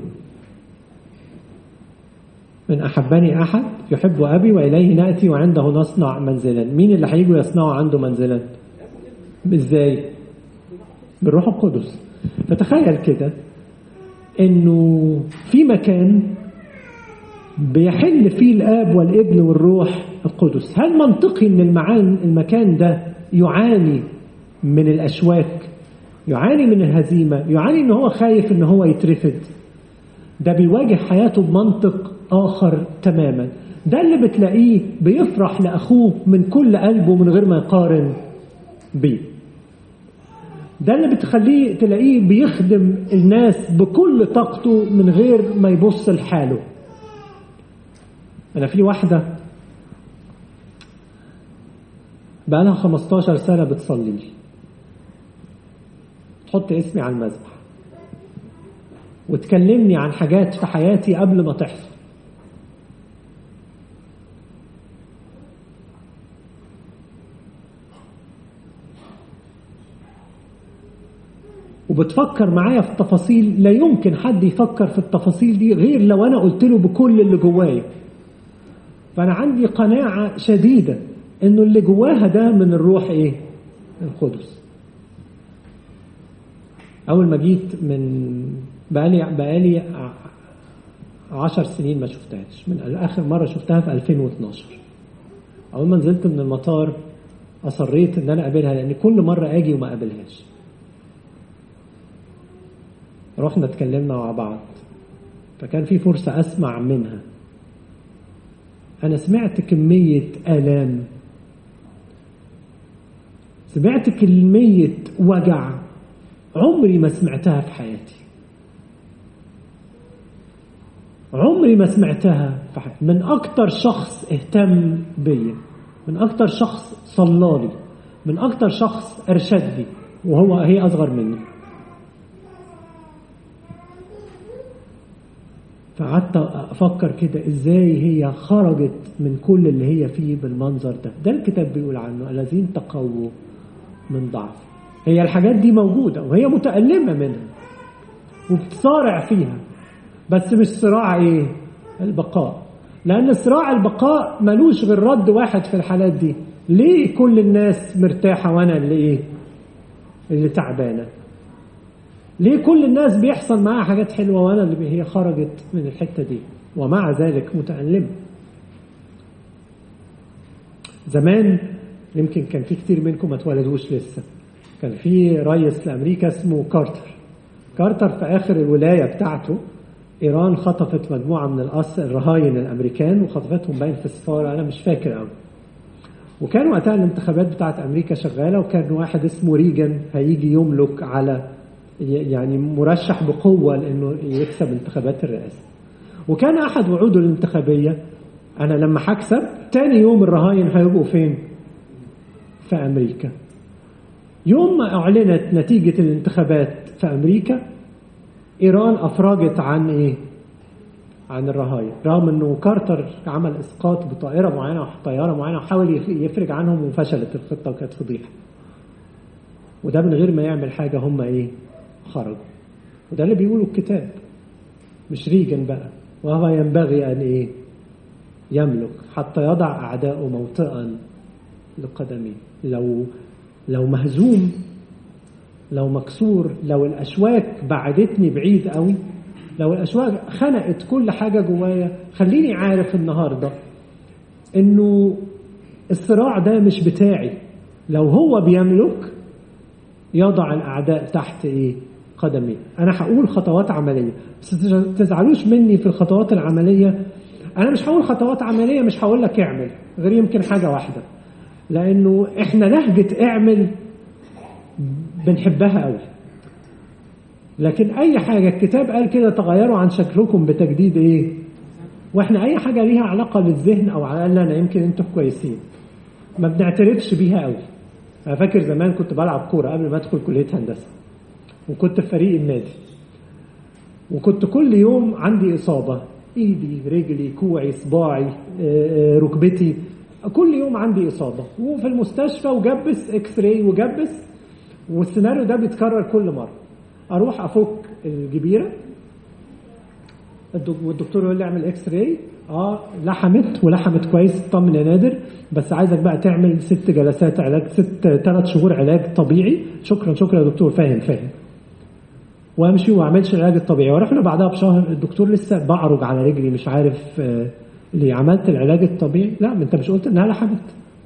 من أحبني أحد يحب أبي وإليه نأتي وعنده نصنع منزلا. مين اللي هيجوا يصنعوا عنده منزلا؟ إزاي؟ بالروح القدس. فتخيل كده إنه في مكان بيحل فيه الآب والابن والروح القدس. هل منطقي إن المكان ده يعاني من الأشواك، يعاني من الهزيمة، يعاني إن هو خايف إن هو يترفض؟ ده بيواجه حياته بمنطق آخر تماما. ده اللي بتلاقيه بيفرح لأخوه من كل قلبه من غير ما يقارن بيه. ده اللي بتخليه تلاقيه بيخدم الناس بكل طاقته من غير ما يبص لحاله. أنا في واحدة بقالها 15 سنة بتصلي لي، تحط اسمي على المذبح وتكلمني عن حاجات في حياتي قبل ما تحصل. وبتفكر معايا في التفاصيل. لا يمكن حد يفكر في التفاصيل دي غير لو أنا قلت له بكل اللي جوايا. فأنا عندي قناعة شديدة إنه اللي جواها ده من الروح إيه؟ القدس. أول ما جيت من بقالي 10 سنين ما شفتهاش. من آخر مرة شفتها في 2012. أول ما نزلت من المطار أصريت إن أنا أقابلها، لأن كل مرة أجي وما أقابلهاش. رحنا اتكلمنا مع بعض، فكان في فرصة أسمع منها. أنا سمعت كمية آلام، سمعت كمية وجع عمري ما سمعتها في حياتي، عمري ما سمعتها في حياتي. من أكتر شخص اهتم بيا، من أكتر شخص صلالي، من أكتر شخص أرشدني، هي أصغر مني. فقعدت أفكر كده إزاي هي خرجت من كل اللي هي فيه بالمنظر ده. ده الكتاب بيقول عنه: الذين تقووا من ضعف. هي الحاجات دي موجودة وهي متألمة منها وبتصارع فيها، بس مش صراع إيه؟ البقاء. لأن صراع البقاء ملوش غير رد واحد في الحالات دي: ليه كل الناس مرتاحة وأنا اللي إيه؟ اللي تعبانة؟ ليه كل الناس بيحصل معاها حاجات حلوة وأنا اللي هي خرجت من الحتة دي ومع ذلك متألمة؟ زمان يمكن كان في كتير منكم ما اتولدوش لسه، كان في رئيس لأمريكا اسمه كارتر. في آخر الولاية بتاعته إيران خطفت مجموعة من الرهاين الأمريكان وخطفتهم باين في السفارة، أنا مش فاكر قوي. وكان وقتها الانتخابات بتاعت أمريكا شغالة، وكان واحد اسمه ريجن هيجي يملك على يعني مرشح بقوة لأنه يكسب انتخابات الرئاسة. وكان أحد وعوده الانتخابية: أنا لما هكسب تاني يوم الرهاين هيبقوا فين؟ في أمريكا. يوم ما أعلنت نتيجة الانتخابات في أمريكا، إيران أفرجت عن إيه؟ عن الرهاين، رغم أنه كارتر عمل إسقاط بطائرة معينة وطيارة معينة وحاول يفرج عنهم وفشلت الخطة وكانت فضيحة. وده من غير ما يعمل حاجة، هم إيه؟ خرجوا. وده اللي بيقوله الكتاب، مش ريجن بقى: وهو ينبغي أن إيه؟ يملك حتى يضع أعداءه موطئا لقدميه. لو مهزوم، لو مكسور، لو الأشواك بعدتني بعيد قوي، لو الأشواك خنقت كل حاجة جوايا، خليني عارف النهاردة إنه الصراع ده مش بتاعي. لو هو بيملك يضع الأعداء تحت إيه؟ قدمي. أنا هقول خطوات عملية، بس تزعلوش مني في الخطوات العملية انا مش هقول خطوات عمليه، مش هقول لك اعمل غير يمكن حاجه واحده، لانه احنا لهجه اعمل بنحبها قوي. لكن اي حاجه الكتاب قال كده تغيروا عن شكلكم بتجديد ايه، واحنا اي حاجه ليها علاقه بالذهن او على الاقل انا يمكن انتم كويسين ما بنعترفش بيها قوي. انا فاكر زمان كنت بلعب كوره قبل ما ادخل كليه هندسه، وكنت في فريق النادي، وكنت كل يوم عندي اصابه، ايدي رجلي كوعي صباعي ركبتي، كل يوم عندي اصابه، وفي المستشفى وجبس اكس راي وجبس، والسيناريو ده بيتكرر كل مره. اروح افك الجبيره والدكتور يقول لي اعمل اكس راي، لحمت ولحمت كويس، اطمن يا نادر، بس عايزك بقى تعمل 6 جلسات علاج، 3 شهور علاج طبيعي. شكرا شكرا يا دكتور، فاهم. وامشي وما اعملش العلاج الطبيعي، واروح له بعدها بشهر الدكتور لسه بعرج على رجلي مش عارف ليه. عملت العلاج الطبيعي؟ لا، ما انت مش قلت انها لحمت.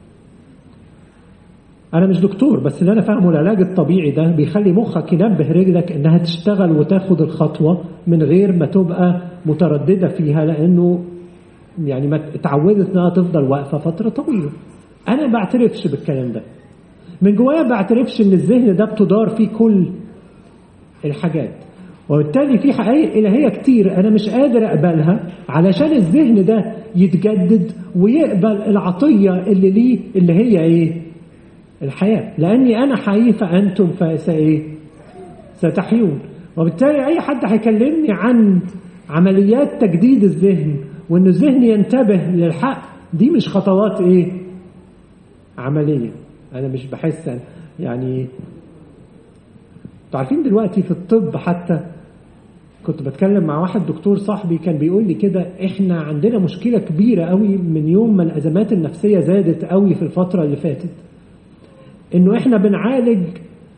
انا مش دكتور، بس اللي انا فاهمه العلاج الطبيعي ده بيخلي مخك ينبه رجلك انها تشتغل وتاخد الخطوه من غير ما تبقى متردده فيها، لانه يعني ما اتعودت انها تفضل واقفه فتره طويله. انا ما بعترفش بالكلام ده من جوايا، ما بعترفش ان الذهن ده بتدار فيه كل الحاجات، وبالتالي في حقائق الهيه كتير انا مش قادر اقبلها علشان الذهن ده يتجدد ويقبل العطيه اللي ليه، اللي هي ايه؟ الحياه. لاني انا حي فانتم ستحيون. وبالتالي اي حد هيكلمني عن عمليات تجديد الذهن وان الذهن ينتبه للحق، دي مش خطوات عمليه. انا مش بحس يعني عارفين دلوقتي في الطب، حتى كنت بتكلم مع واحد دكتور صاحبي كان بيقول لي كده، احنا عندنا مشكله كبيره قوي من يوم ما الازمات النفسيه زادت قوي في الفتره اللي فاتت، انه احنا بنعالج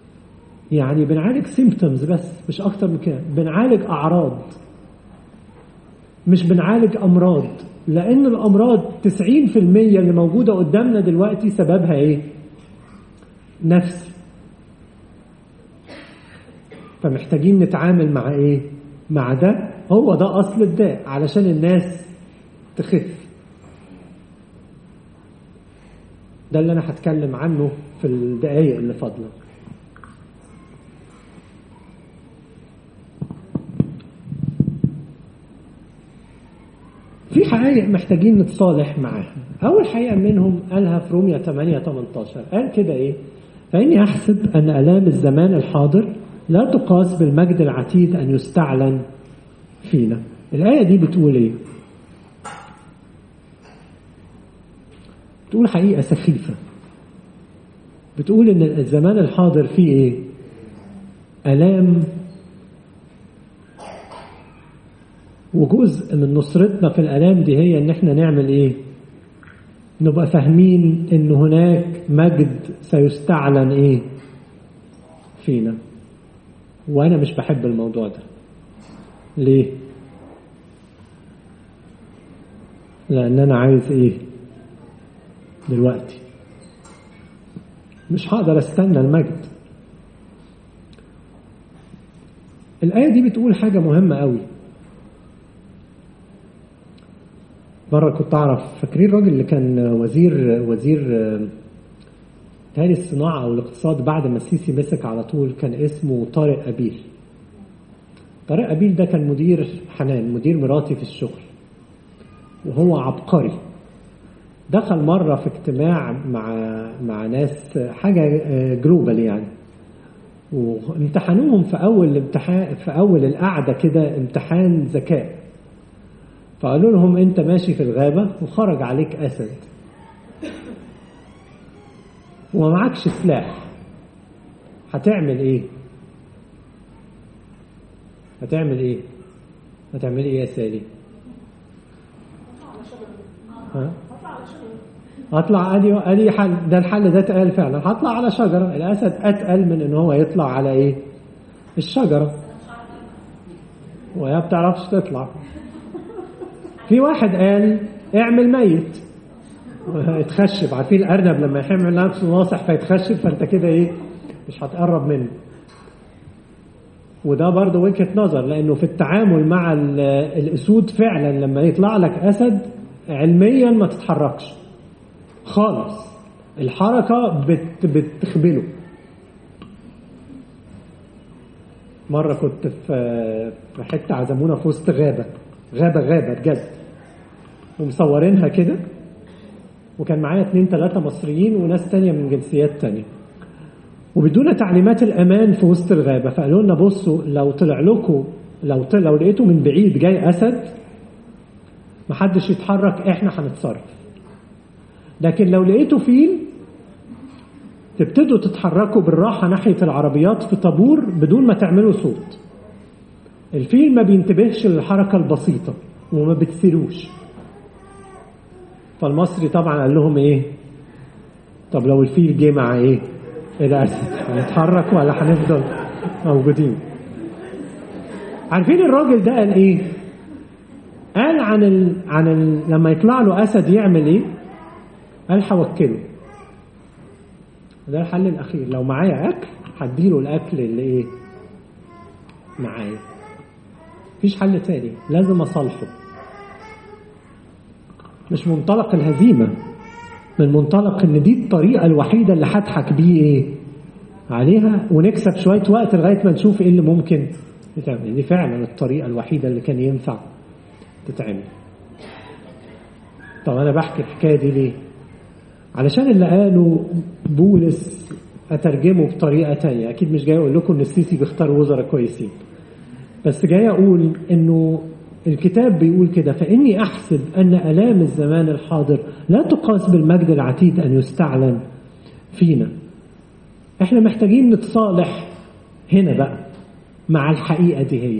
سيمبتومز بس مش اكتر من كده، بنعالج اعراض مش بنعالج امراض. لان الامراض 90% اللي موجوده قدامنا دلوقتي سببها ايه؟ نفسي. فمحتاجين نتعامل مع ايه؟ مع ده، هو ده اصل الداء علشان الناس تخف. ده اللي انا هتكلم عنه في الدقايق اللي فاضله. في حقائق محتاجين نتصالح معاها. اول حقيقه منهم قالها في رومية 8:18، قال كده ايه؟ فاني احسب ان الام الزمان الحاضر لا تقاس بالمجد العتيد ان يستعلن فينا. الايه دي بتقول ايه؟ بتقول حقيقه سخيفه، بتقول ان الزمان الحاضر فيه ايه؟ الام، وجزء من نصرتنا في الالام دي هي ان احنا نعمل ايه؟ نبقى فاهمين ان هناك مجد سيستعلن ايه؟ فينا. وانا مش بحب الموضوع ده. ليه؟ لان انا عايز ايه دلوقتي؟ مش هقدر استنى المجد. الآية دي بتقول حاجة مهمة قوي. مرة كنت أعرف، فاكرين الراجل اللي كان وزير تاني الصناعة أو الاقتصاد بعد ما السيسي مسك على طول، كان اسمه طارق أبيل. طارق أبيل ده كان مدير حنان، مدير مراتي في الشغل، وهو عبقري. دخل مرة في اجتماع مع ناس حاجة جلوبال يعني، وامتحنوهم في أول القعدة كده امتحان ذكاء. فقالوا لهم أنت ماشي في الغابة وخرج عليك أسد وما معكش سلاح، هتعمل إيه؟ هتعمل إيه يا سالي؟ ها؟ هطلع أدي حل، ده الحل ده اتقال فعلا، هطلع على شجرة. الأسد أتقل من إن هو يطلع على إيه؟ الشجرة، وهي بتعرفش تطلع. في واحد قال اعمل ميت اتخشب. عارفين الأرنب لما يحمل نفسه ناصح فيتخشب، فأنت كده إيه؟ مش هتقرب منه. وده برضه وجهة نظر، لأنه في التعامل مع الأسود فعلا لما يطلع لك أسد علميا ما تتحركش خالص، الحركة بتخبله. مرة كنت في حتة عزمونا في وسط غابة بجد، ومصورينها كده، وكان معايا 2-3 مصريين وناس تانية من جنسيات تانية، وبدون تعليمات الأمان في وسط الغابة. فقالوا لنا بصوا لو طلع لكم، لو لقيتوا من بعيد جاي أسد محدش يتحرك، احنا هنتصرف، لكن لو لقيتوا فيل تبتدوا تتحركوا بالراحة ناحية العربيات في طابور بدون ما تعملوا صوت. الفيل ما بينتبهش للحركة البسيطة وما بتسيروش. فالمصري طبعا قال لهم ايه؟ طب لو الفيل جه مع ايه؟ الأسد هنتحرك ولا هنفضل موجودين؟ عارفين الراجل ده قال ايه؟ قال عن لما يطلع له أسد يعمل ايه؟ قال هوكله. ده الحل الأخير، لو معايا أكل هديله الأكل اللي إيه معايا، مفيش حل تاني، لازم أصالحه. مش منطلق الهزيمة، من منطلق إن دي الطريقة الوحيدة اللي هضحك بيه إيه عليها، ونكسب شوية وقت لغاية ما نشوف إيه اللي ممكن يتعمل. دي فعلا الطريقة الوحيدة اللي كان ينفع تتعمل. طب أنا بحكي الحكاية دي ليه؟ علشان اللي قاله بولس أترجمه بطريقة تانية. أكيد مش جاي أقول لكم إن السيسي بيختار وزراء كويسين، بس جاي أقول إنه الكتاب بيقول كده: فإني أحسب أن آلام الزمان الحاضر لا تقاس بالمجد العتيد أن يستعلن فينا. إحنا محتاجين نتصالح هنا بقى مع الحقيقة دي، هي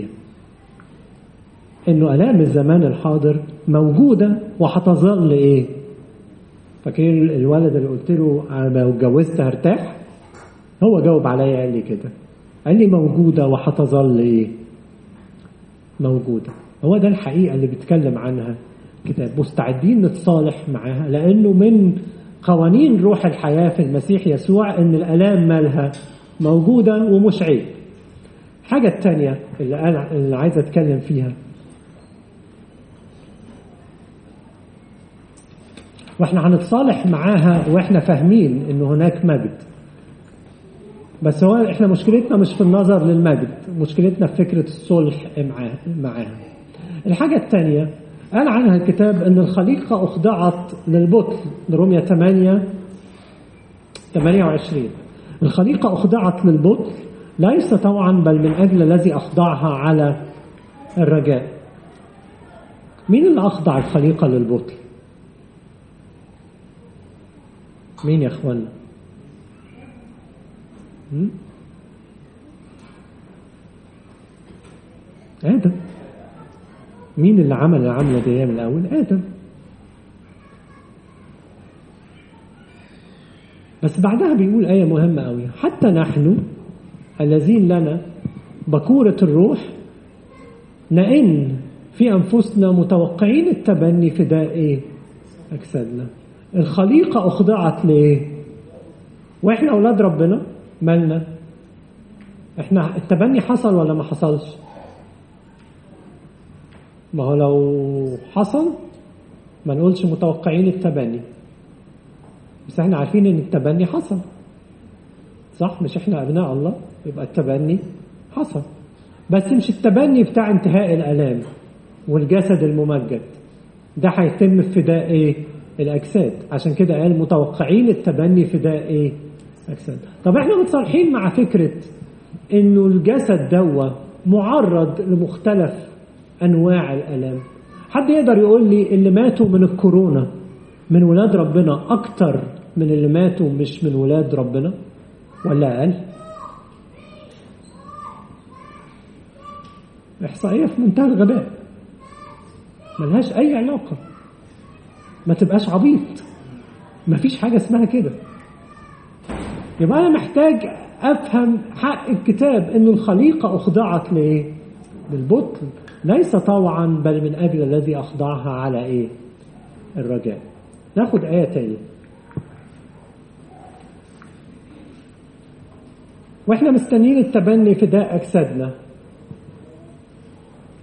إنه آلام الزمان الحاضر موجودة وهتظل إيه؟ فاكرين الولد اللي قلت له أنا لو اتجوزت هرتاح؟ هو جاوب عليا قال لي كده، قال لي موجودة وهتظل إيه؟ موجودة. هو ده الحقيقة اللي بيتكلم عنها الكتاب. مستعدين نتصالح معاها، لأنه من قوانين روح الحياة في المسيح يسوع إن الآلام مالها موجودة ومش عيب. حاجة التانية اللي عايز أتكلم فيها، واحنا هنتصالح معاها واحنا فاهمين ان هناك مجد، بس هو احنا مشكلتنا مش في النظر للمجد، مشكلتنا في فكرة الصلح معاها. الحاجة الثانية قال عنها الكتاب ان الخليقة اخضعت للبطل، رمية 8:28. الخليقة اخضعت للبطل ليس طوعا بل من اجل الذي اخضعها على الرجاء. مين اللي اخضع الخليقة للبطل؟ مين يا اخوانا؟ آدم. مين اللي عمل العملة دي من الأول؟ آدم. بس بعدها بيقول آية مهمة قوي: حتى نحن الذين لنا بكورة الروح نئن في أنفسنا متوقعين التبني فداء إيه؟ أجسادنا. الخليقة أخضعت لإيه؟ وإحنا أولاد ربنا مالنا؟ إحنا التبني حصل ولا ما حصلش؟ ما هو لو حصل ما نقولش متوقعين التبني، بس إحنا عارفين إن التبني حصل، صح؟ مش إحنا أبناء الله؟ يبقى التبني حصل، بس مش التبني بتاع انتهاء الآلام والجسد الممجد، ده هيتم في فداء إيه؟ الأجساد. عشان كده قال متوقعين التبني فداء إيه؟ أجساد. طب إحنا متصالحين مع فكرة إنه الجسد دوا معرض لمختلف أنواع الآلام. حد يقدر يقول لي اللي ماتوا من الكورونا من ولاد ربنا أكتر من اللي ماتوا مش من ولاد ربنا ولا أقل؟ إحصائية في منتهى الغباء، ملهاش أي علاقة. ما تبقاش عبيط، مفيش حاجة اسمها كده. يبقى أنا محتاج أفهم حق الكتاب إن الخليقة أخضعت لإيه؟ للبطل ليس طوعا بل من أجل الذي أخضعها على إيه؟ الرجاء. ناخد آية تانية. وإحنا مستنين التبني فداء أجسادنا.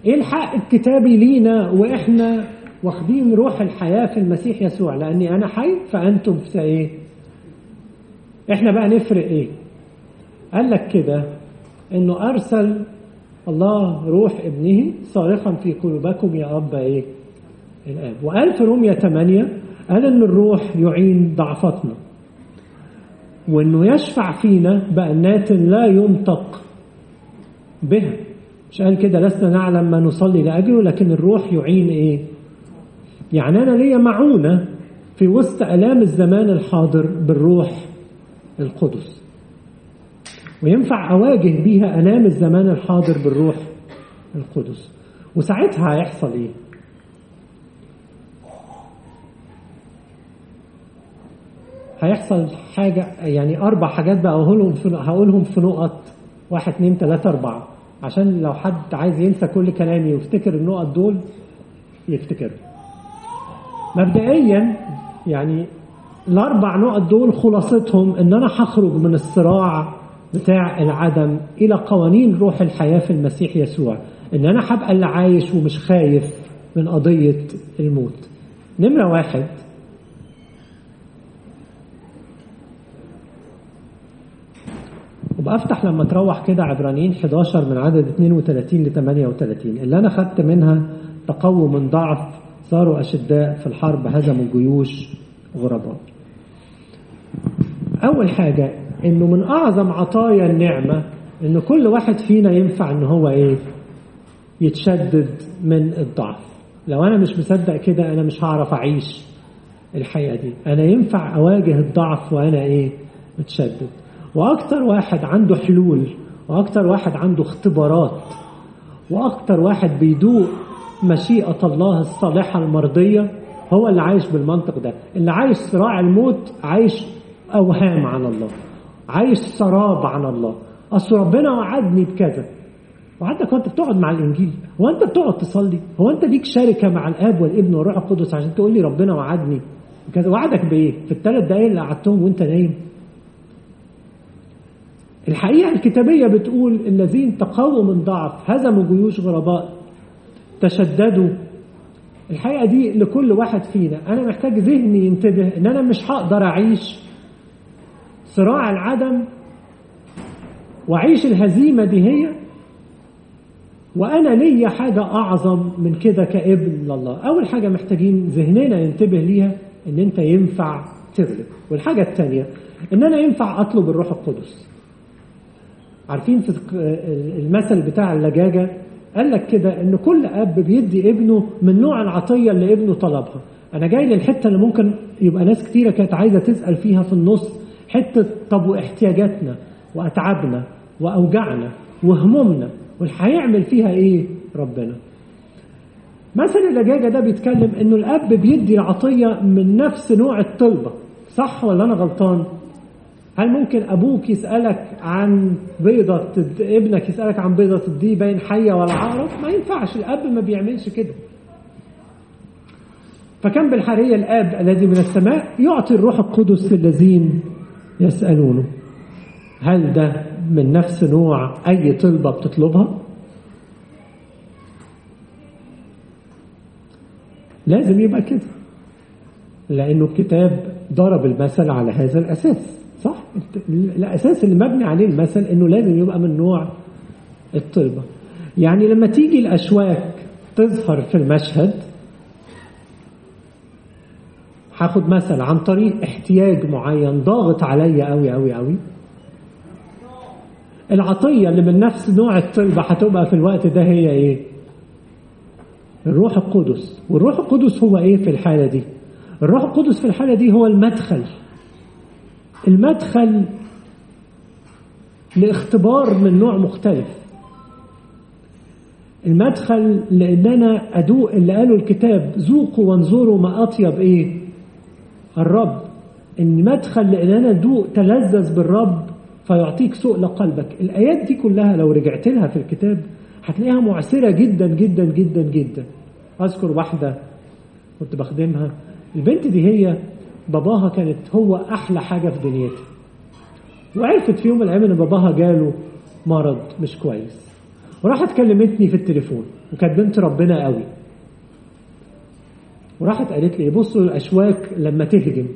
ايه الحق الكتابي لينا واحنا واخدين روح الحياة في المسيح يسوع؟ لاني انا حي فانتم في ايه؟ احنا بقى نفرق ايه؟ قال لك كده انه ارسل الله روح ابنه صارخا في قلوبكم يا اب ايه؟ الاب. وقال في رومية 8 قال ان الروح يعين ضعفتنا، وانه يشفع فينا بأنات لا ينطق بها. مش قال كده لسنا نعلم ما نصلي لأجله، لكن الروح يعين ايه؟ يعني انا ليا معونة في وسط آلام الزمان الحاضر بالروح القدس، وينفع أواجه بيها آلام الزمان الحاضر بالروح القدس. وساعتها هيحصل ايه؟ هيحصل حاجة، يعني 4 حاجات بقى هقولهم في نقط 1 2 3 4 عشان لو حد عايز ينسى كل كلامي ويفتكر النقط دول يفتكر. مبدئيا يعني ال4 نقط دول خلاصتهم ان انا هخرج من الصراع بتاع العدم الى قوانين روح الحياة في المسيح يسوع، ان انا هبقى اللي عايش ومش خايف من قضية الموت. نمرة 1، وبأفتح لما تروح كده عبرانيين 11 من عدد 32 ل 38 اللي أنا خدت منها: تقووا من ضعف، صاروا أشداء في الحرب، هزموا جيوش غرباء. أول حاجة إنه من أعظم عطايا النعمة إنه كل واحد فينا ينفع إن هو إيه؟ يتشدد من الضعف. لو أنا مش مصدق كده أنا مش هعرف أعيش الحياة دي. أنا ينفع أواجه الضعف وأنا إيه؟ متشدد. وأكتر واحد عنده حلول، وأكتر واحد عنده اختبارات، وأكتر واحد بيدوق مشيئة الله الصالحة المرضية هو اللي عايش بالمنطق ده. اللي عايش صراع الموت عايش أوهام عن الله، عايش سراب عن الله. أصل ربنا وعدني بكذا. وعندك وأنت بتقعد مع الإنجيل، هو أنت بتقعد تصلي، هو أنت ليك شركة مع الآب والابن والروح القدس عشان تقول لي ربنا وعدني بكذا؟ وعدك بإيه؟ في ال3 دقايق اللي قعدتهم وأنت نايم؟ الحقيقة الكتابية بتقول: الذين تقووا من ضعف، هزموا جيوش غرباء، تشددوا. الحقيقة دي لكل واحد فينا. أنا محتاج ذهني ينتبه إن أنا مش هقدر أعيش صراع العدم وأعيش الهزيمة دي هي وأنا ليا حاجة أعظم من كده كابن لله. أول حاجة محتاجين ذهننا ينتبه ليها إن أنت ينفع تغلب. والحاجة الثانية إن أنا ينفع أطلب الروح القدس. عارفين في المثل بتاع اللجاجة قال لك كده ان كل اب بيدي ابنه من نوع العطية اللي ابنه طلبها. انا جاي للحتة اللي ممكن يبقى ناس كتيرة كانت عايزة تسأل فيها في النص، حتة طب واحتياجاتنا واتعابنا واوجعنا وهمومنا والهيعمل فيها ايه ربنا؟ مثل اللجاجة ده بيتكلم انه الاب بيدي العطية من نفس نوع الطلبة. صح ولا انا غلطان؟ هل ممكن أبوك يسألك عن بيضة، ابنك يسألك عن بيضة دي باين حية ولا عقرب؟ ما ينفعش، الأب ما بيعملش كده. فكان بالحرية الآب الذي من السماء يعطي الروح القدس للذين يسألونه. هل ده من نفس نوع أي طلبة بتطلبها؟ لازم يبقى كده، لأنه الكتاب ضرب المثل على هذا الأساس. صح؟ الأساس اللي مبني عليه المثل إنه لازم يبقى من نوع الطلبة. يعني لما تيجي الأشواك تظهر في المشهد، هاخد مثل عن طريق احتياج معين ضاغط عليا قوي قوي قوي، العطية اللي من نفس نوع الطلبة هتبقى في الوقت ده هي إيه؟ الروح القدس. والروح القدس هو إيه في الحالة دي؟ الروح القدس في الحالة دي هو المدخل لاختبار من نوع مختلف، المدخل لأن أنا أدوق اللي قاله الكتاب: ذوقوا وانظروا ما أطيب إيه؟ الرب. المدخل لأن أنا أدوق تلذذ بالرب فيعطيك سؤل قلبك. الآيات دي كلها لو رجعت لها في الكتاب هتلاقيها معسرة جدا جدا جدا جدا. أذكر واحدة كنت بخدمها، البنت دي هي باباها كانت هو أحلى حاجة في دنيتها، وعرفت في يوم من الأيام إن باباها جاله مرض مش كويس، وراحت كلمتني في التليفون، وكانت بنت ربنا قوي، وراحت قالت لي بصوا الأشواك لما تهجم،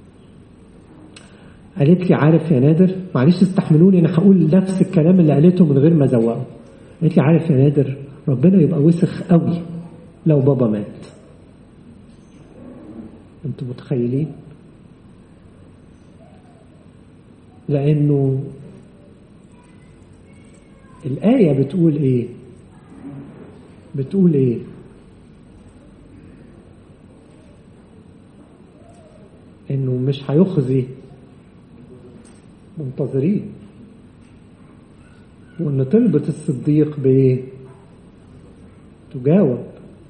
قالت لي عارف يا نادر، معلش استحملوني أنا هقول نفس الكلام اللي قالته من غير ما أزوقه. قالت لي عارف يا نادر، ربنا يبقى وسخ قوي لو بابا مات. انتوا متخيلين؟ لأنه الآية بتقول إيه؟ بتقول إيه؟ إنه مش هيخزي منتظرين، وإن طلبة الصديق بإيه؟ تجاوب،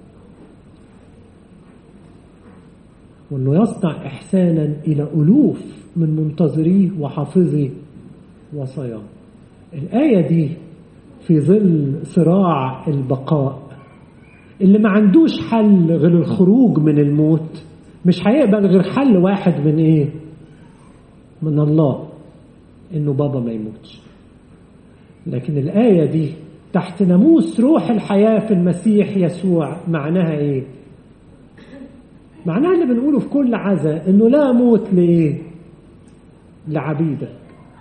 وإنه يصنع إحسانا إلى ألوف من منتظريه وحافظي وصاياه. الآية دي في ظل صراع البقاء اللي ما عندوش حل غير الخروج من الموت، مش هيقبل غير حل واحد من ايه؟ من الله، انه بابا ما يموتش. لكن الآية دي تحت ناموس روح الحياة في المسيح يسوع معناها ايه؟ معناها اللي بنقوله في كل عزاء، انه لا موت لايه؟ لعبيدك،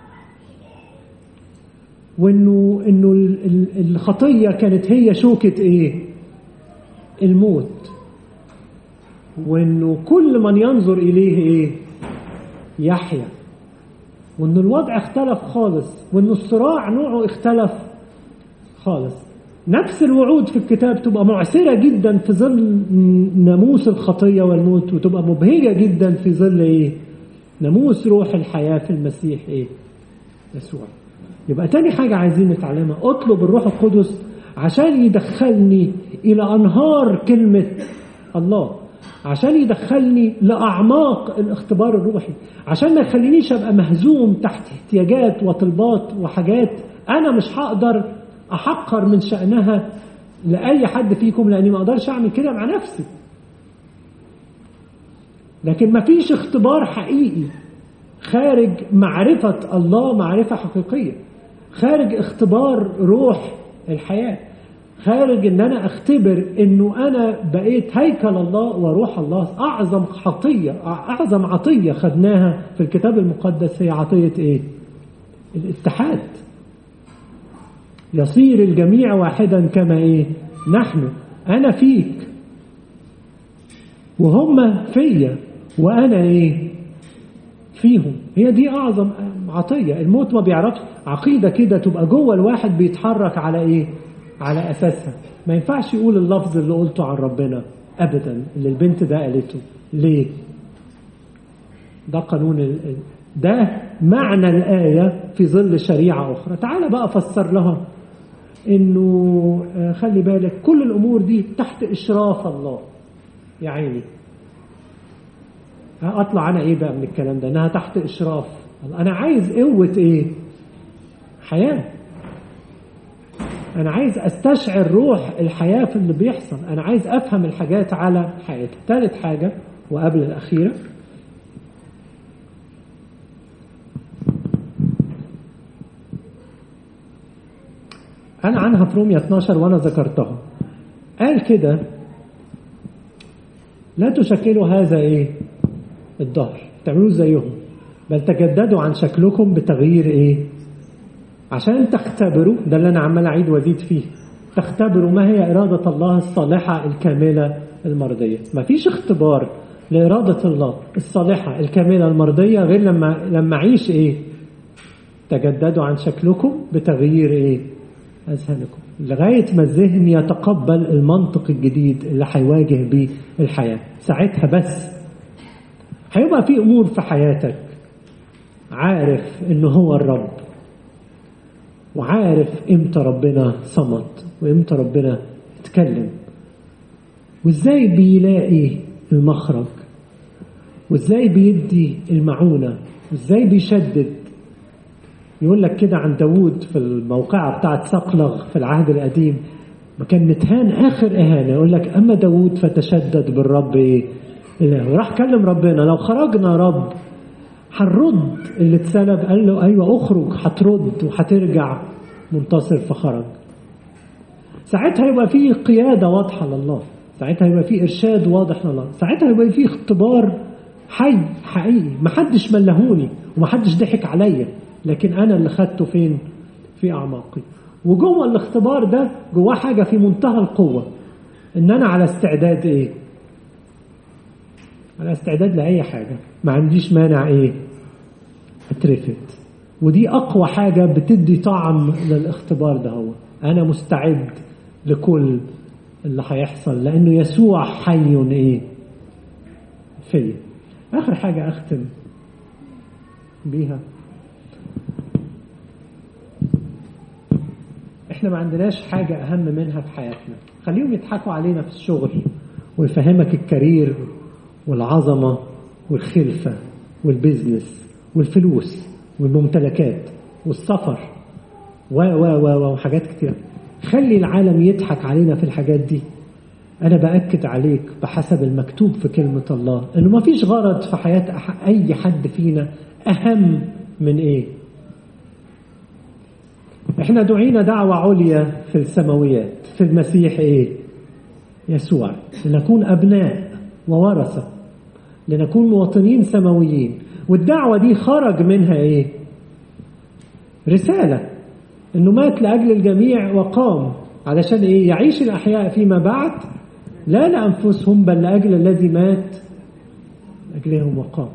وانه الخطية كانت هي شوكة ايه؟ الموت، وانه كل من ينظر اليه ايه؟ يحيا، وانه الوضع اختلف خالص، وانه الصراع نوعه اختلف خالص. نفس الوعود في الكتاب تبقى معسرة جدا في ظل ناموس الخطية والموت، وتبقى مبهجة جدا في ظل ايه؟ ناموس روح الحياة في المسيح ايه؟ يسوع. يبقى تاني حاجة عايزين نتعلمها، اطلب الروح القدس عشان يدخلني إلى أنهار كلمة الله، عشان يدخلني لأعماق الاختبار الروحي، عشان ما يخلينيش أبقى مهزوم تحت احتياجات وطلبات وحاجات أنا مش هقدر أحقر من شأنها لأي حد فيكم، لأني ما أقدرش أعمل كده مع نفسي. لكن ما فيش اختبار حقيقي خارج معرفة الله، معرفة حقيقية، خارج اختبار روح الحياة، خارج ان انا اختبر انه انا بقيت هيكل الله وروح الله. اعظم خطية، اعظم عطية خدناها في الكتاب المقدس هي عطية ايه؟ الاتحاد. يصير الجميع واحدا كما ايه؟ نحن، انا فيك وهم فيا وانا ايه؟ فيهم. هي دي اعظم عطية. الموت ما بيعرفش. عقيدة كده تبقى جوه الواحد بيتحرك على ايه؟ على اساسها. ما ينفعش يقول اللفظ اللي قلته عن ربنا ابدا، اللي البنت ده قالته. ليه؟ ده قانون ده معنى الآية في ظل شريعة أخرى. تعال بقى فسر لها إنه خلي بالك كل الأمور دي تحت إشراف الله. يا عيني، أطلع أنا إيه بقى من الكلام ده؟ إنها تحت إشراف. أنا عايز قوة إيه؟ حياة. أنا عايز أستشعر روح الحياة في اللي بيحصل. أنا عايز أفهم الحاجات على حياتي. ثالث حاجة وقبل الأخيرة، أنا عنها في رومية 12 وأنا ذكرتها. قال كده: لا تشكلوا هذا إيه؟ الدهر، تعملوا زيهم، بل تجددوا عن شكلكم بتغيير إيه؟ عشان تختبروا. ده اللي أنا عمال أعيد وأزيد فيه. تختبروا ما هي إرادة الله الصالحة الكاملة المرضية. ما فيش اختبار لإرادة الله الصالحة الكاملة المرضية غير لما أعيش إيه؟ تجددوا عن شكلكم بتغيير إيه؟ أذهانكم، لغاية ما الذهن يتقبل المنطق الجديد اللي هيواجه بيه الحياة. ساعتها بس هيبقى في أمور في حياتك عارف إنه هو الرب، وعارف إمتى ربنا صمت وإمتى ربنا اتكلم، وإزاي بيلاقي المخرج، وإزاي بيدي المعونة، وإزاي بيشدد. يقول لك كده عن داود في الموقعة بتاعت صقلغ في العهد القديم، ما كان متهان آخر إهانة. يقول لك أما داود فتشدد بالرب إيه؟ إله. وراح كلم ربنا: لو خرجنا رب هنرد اللي اتسلب. قال له: أيوة أخرج، هترد وهترجع منتصر. فخرج. ساعتها يبقى فيه قيادة واضحة لله، ساعتها يبقى فيه إرشاد واضح لله، ساعتها يبقى فيه اختبار حي حقيقي، محدش ملهوني ومحدش ضحك عليا، لكن أنا اللي خدته فين؟ في أعماقي. وجوه الاختبار ده جواه حاجة في منتهى القوة، إن أنا على استعداد إيه؟ على استعداد لأي حاجة، ما عنديش مانع إيه؟ أترفض. ودي أقوى حاجة بتدي طعم للاختبار ده، هو أنا مستعد لكل اللي هيحصل لأنه يسوع حي إيه؟ فيا. آخر حاجة أختم بيها، إحنا ما عندناش حاجة أهم منها في حياتنا. خليهم يضحكوا علينا في الشغل ويفهمك الكارير والعظمة والخلفة والبيزنس والفلوس والممتلكات والسفر وحاجات كتير. خلي العالم يضحك علينا في الحاجات دي. أنا بأكد عليك بحسب المكتوب في كلمة الله إنه ما فيش غرض في حياة أي حد فينا أهم من إيه؟ إحنا دعينا دعوة عليا في السماويات في المسيح إيه؟ يسوع، لنكون أبناء وورثة، لنكون مواطنين سماويين. والدعوة دي خرج منها إيه؟ رسالة إنه مات لأجل الجميع وقام علشان إيه؟ يعيش الأحياء فيما بعد لا لأنفسهم بل لأجل الذي مات لأجلهم وقام.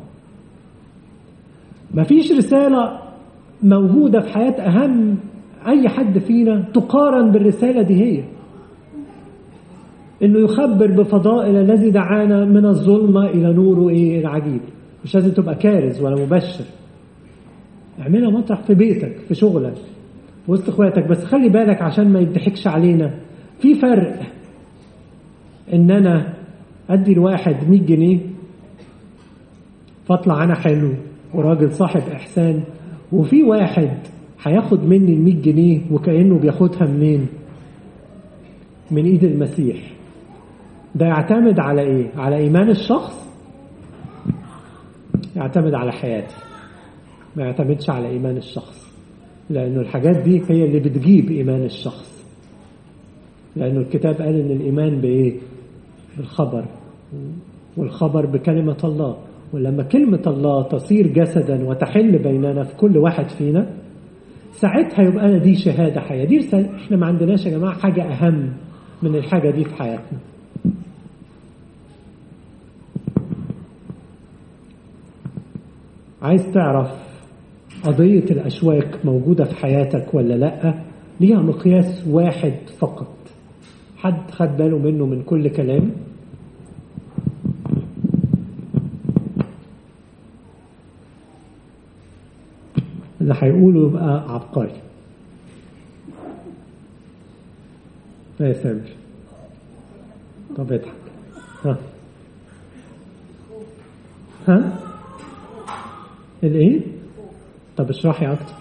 مفيش رسالة موجودة في حياة أهم أي حد فينا تقارن بالرسالة دي، هي إنه يخبر بفضائل الذي دعانا من الظلمة إلى نوره إيه العجيب. مش لازم تبقى كارز ولا مبشر، اعملها مطرح في بيتك، في شغلك، في وسط اخواتك. بس خلي بالك عشان ما يضحكش علينا، في فرق ان انا ادي الواحد 100 جنيه فاطلع انا حلو وراجل صاحب احسان، وفي واحد هياخد مني 100 جنيه وكأنه بياخدها منين؟ من ايد المسيح. ده يعتمد على ايه؟ على ايمان الشخص، يعتمد على حياتي، ما يعتمدش على ايمان الشخص، لانه الحاجات دي هي اللي بتجيب ايمان الشخص. لانه الكتاب قال ان الايمان بايه؟ بالخبر، والخبر بكلمة الله. ولما كلمة الله تصير جسدا وتحل بيننا في كل واحد فينا، ساعتها يبقى أنا دي شهادة حياة. دي احنا ما عندناش يا جماعة حاجة أهم من الحاجة دي في حياتنا. عايز تعرف قضية الأشواك موجودة في حياتك ولا لأ؟ ليها مقياس واحد فقط. حد خد باله منه من كل كلام؟ اللي هيقوله يبقى عبقري. لا يا سامر، طب اضحك. ها الايه؟ طب اشرحي اكتر.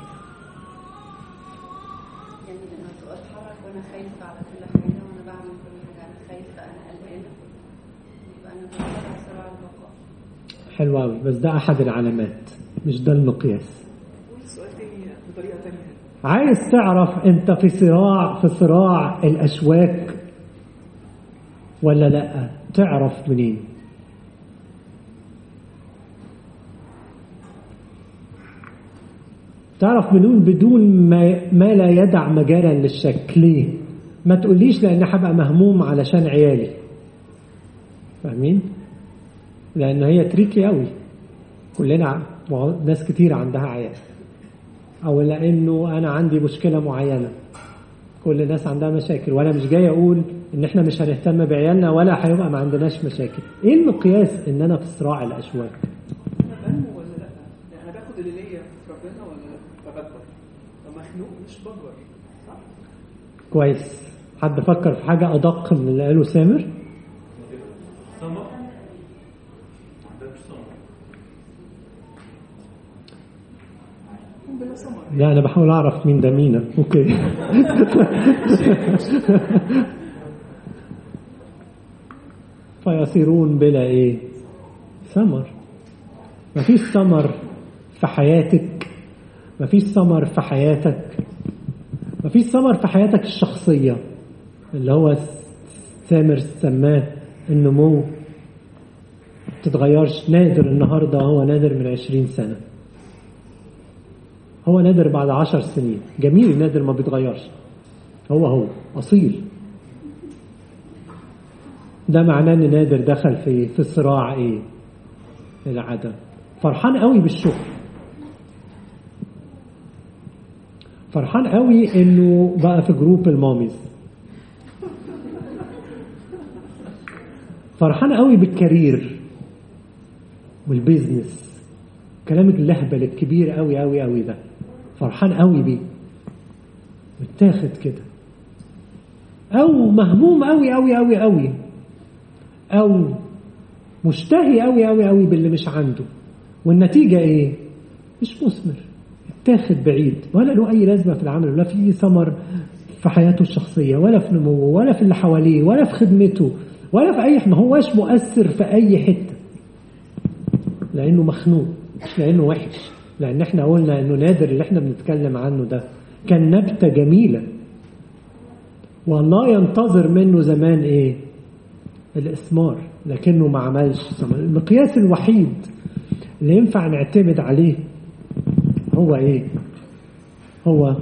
يعني لما تبقى اتحرك وانا خايفه على كل حاجه وانا بعمل كل حاجه انا خايفه انا قلقانه، يبقى انا بسرع سرعه البقاء. حلو قوي، بس ده احد العلامات مش ده المقياس. سؤال تاني بطريقه تانيه. عايز تعرف انت في صراع الاشواك ولا لا؟ تعرف منين؟ تعرف منين بدون ما لا يدع مجالا للشك؟ ليه؟ ما تقوليش لان هبقى مهموم علشان عيالي، فاهمين؟ لان هي تريكي قوي، كلنا ناس كتير عندها عيال، او لانه انا عندي مشكله معينه. كل الناس عندها مشاكل، وانا مش جاي اقول ان احنا مش هنهتم بعيالنا ولا هيبقى ما عندناش مشاكل. ايه المقياس ان انا في صراع الاشواك؟ انا بنمو ولا لا؟ يعني انا باخد اللي ليا في ربنا ولا بكبر؟ لو مخنوق مش بكبر، صح؟ كويس. حد فكر في حاجه ادق من اللي قاله سامر؟ لا انا بحاول اعرف مين ده مين. اوكي. فيصيرون بلا ايه؟ ثمر. مفيش ثمر في حياتك، مفيش ثمر في حياتك، مفيش ثمر في حياتك الشخصية اللي هو سامر سماه النمو تتغيرش. نادر النهاردة هو نادر من 20 سنة، هو نادر بعد 10 سنين. جميل، نادر ما بيتغيرش، هو أصيل. ده معناه ان نادر دخل في صراع ايه؟ العدم. فرحان قوي بالشغل، فرحان قوي انه بقى في جروب الماميز، فرحان قوي بالكارير والبيزنس، كلام اللهبل الكبير قوي قوي قوي ده فرحان قوي بيه، متاخد كده. او مهموم قوي قوي قوي قوي، او مشتهي قوي قوي قوي باللي مش عنده، والنتيجة ايه؟ مش مثمر، اتاخد بعيد، ولا له اي لازمة في العمل، ولا في ثمر في حياته الشخصية، ولا في نموه، ولا في اللي حواليه، ولا في خدمته، ولا في اي، ما هواش مؤثر في اي حتة، لانه مخنوق، مش لانه وحش. لان احنا قلنا انه نادر اللي احنا بنتكلم عنه ده كان نبتة جميلة، والله ينتظر منه زمان ايه؟ الإثمار، لكنه ما عملش ثمر. المقياس الوحيد اللي ينفع نعتمد عليه هو ايه؟ هو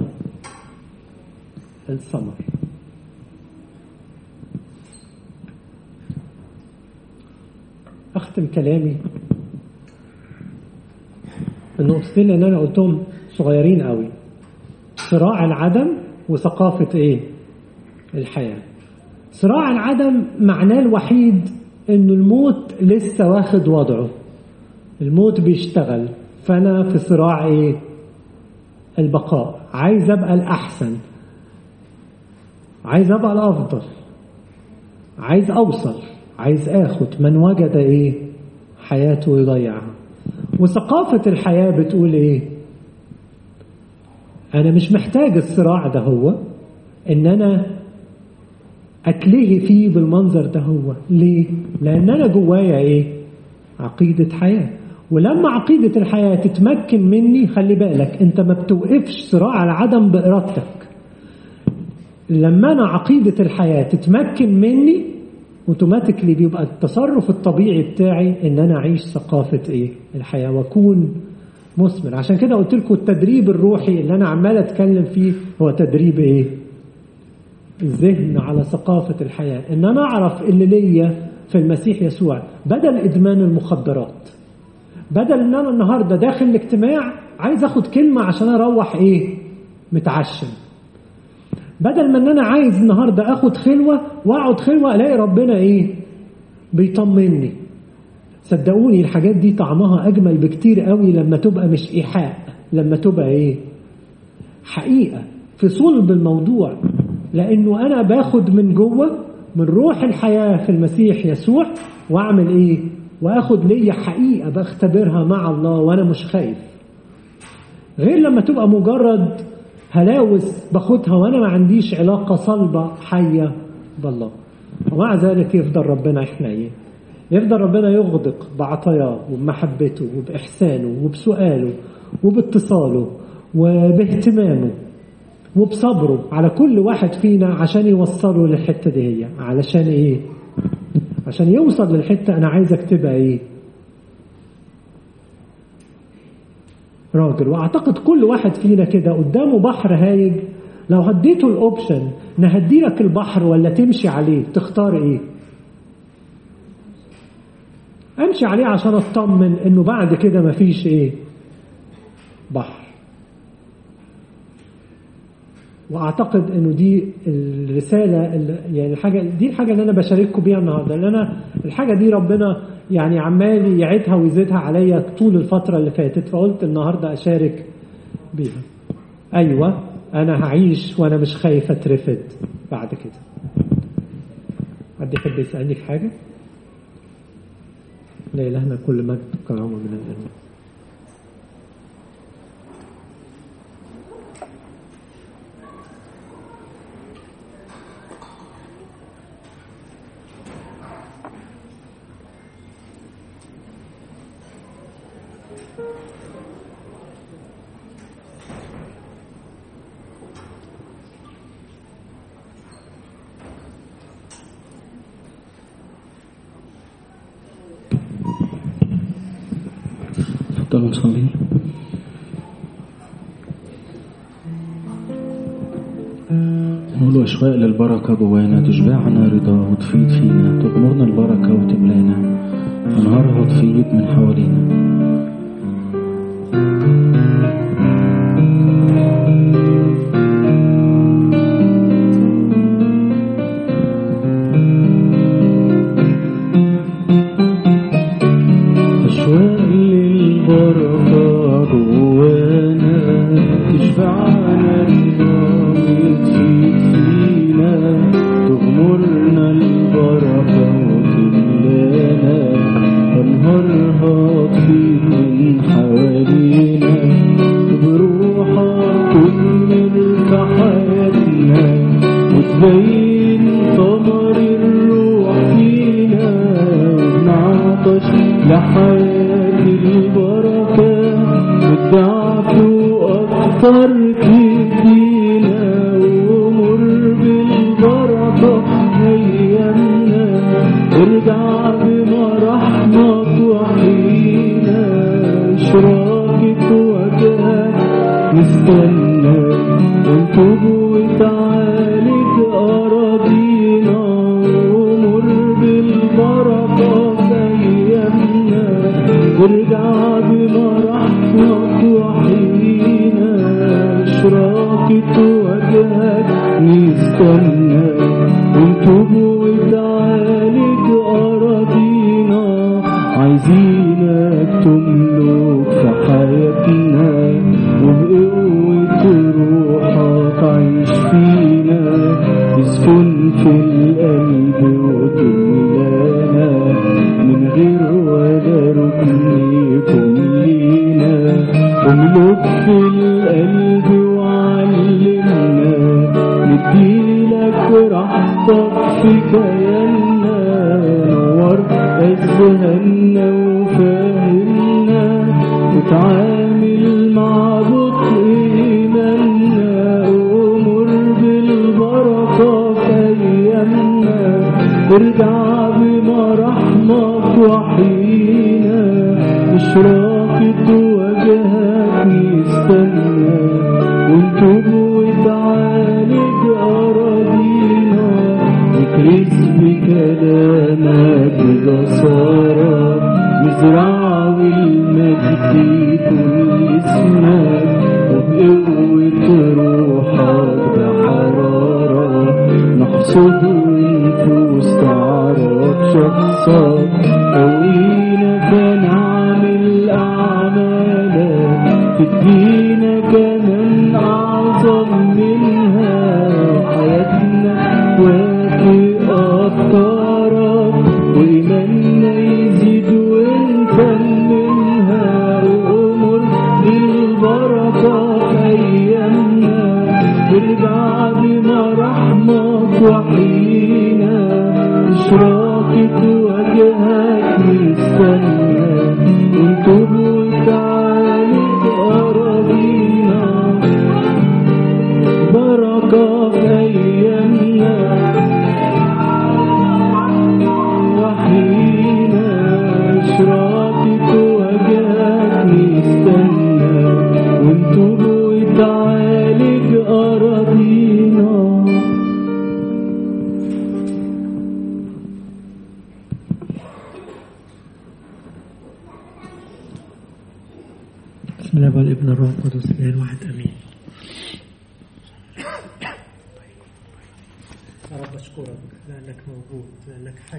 الثمر. اختم كلامي النقطتين اللي انا قلتهم صغيرين قوي: صراع العدم وثقافة ايه؟ الحياة. صراع العدم معناه الوحيد انه الموت لسه واخد وضعه، الموت بيشتغل، فانا في صراع ايه؟ البقاء. عايز ابقى الاحسن، عايز ابقى الافضل، عايز اوصل، عايز اخد. من وجد ايه؟ حياته يضيعها. وثقافة الحياة بتقول ايه؟ انا مش محتاج الصراع ده، هو ان انا أتلهي فيه بالمنظر ده. هو ليه؟ لأن أنا جوايا إيه؟ عقيدة حياة. ولما عقيدة الحياة تتمكن مني، خلي بالك أنت ما بتوقفش صراع العدم بإرادتك. لما أنا عقيدة الحياة تتمكن مني، اوتوماتيكلي بيبقى التصرف الطبيعي بتاعي إن أنا أعيش ثقافة إيه؟ الحياة، وأكون مثمر. عشان كده قلت لكم التدريب الروحي اللي أنا عمال أتكلم فيه هو تدريب إيه؟ الذهن على ثقافة الحياة. ان انا اعرف اللي ليا في المسيح يسوع، بدل ادمان المخدرات، بدل ان انا النهاردة داخل الاجتماع عايز اخد كلمة عشان اروح ايه؟ متعشم، بدل ما ان انا عايز النهاردة اخد خلوة واقعد خلوة الاقي ربنا ايه؟ بيطمني. صدقوني الحاجات دي طعمها اجمل بكتير قوي لما تبقى مش ايحاء، لما تبقى ايه؟ حقيقة في صلب الموضوع. لأنه أنا باخد من جوه من روح الحياة في المسيح يسوع، وأعمل إيه؟ وأخد لي حقيقة بختبرها مع الله وأنا مش خايف. غير لما تبقى مجرد هلاوس باخدها وأنا ما عنديش علاقة صلبة حية بالله. ومع ذلك يفضل ربنا يحنيه، يفضل ربنا يغدق بعطاياه وبمحبته وبإحسانه وبسؤاله وباتصاله وباهتمامه وبصبره على كل واحد فينا عشان يوصله للحتة دي. هي علشان ايه؟ عشان يوصل للحتة انا عايزك تبقى ايه؟ راجل. واعتقد كل واحد فينا كده قدامه بحر هايج، لو هديته الاوبشن نهدي لك البحر ولا تمشي عليه، تختار ايه؟ امشي عليه عشان اطمن انه بعد كده مفيش ايه؟ بحر. واعتقد انه دي الرساله يعني الحاجه اللي انا بشارككم بيها النهارده، لان انا الحاجه دي ربنا يعني عمال يعيدها ويزيدها عليا طول الفتره اللي فاتت، فقلت النهارده اشارك بيها. ايوه انا هعيش وانا مش خايف اترفض بعد كده. حد يحب يسالني في حاجه؟ لا إلهنا كل مجد وكرامه من الآن. تفضلوا نصلي. نقول أشواق للبركة جوانا تشبعنا رضا وتفيض فينا، تغمرنا البركة وتملانا، أنهارها تفيض من حوالينا. بسم الله والابن الروح القدس الآن واحد امين. يا رب اشكرك لانك موجود، لانك حي.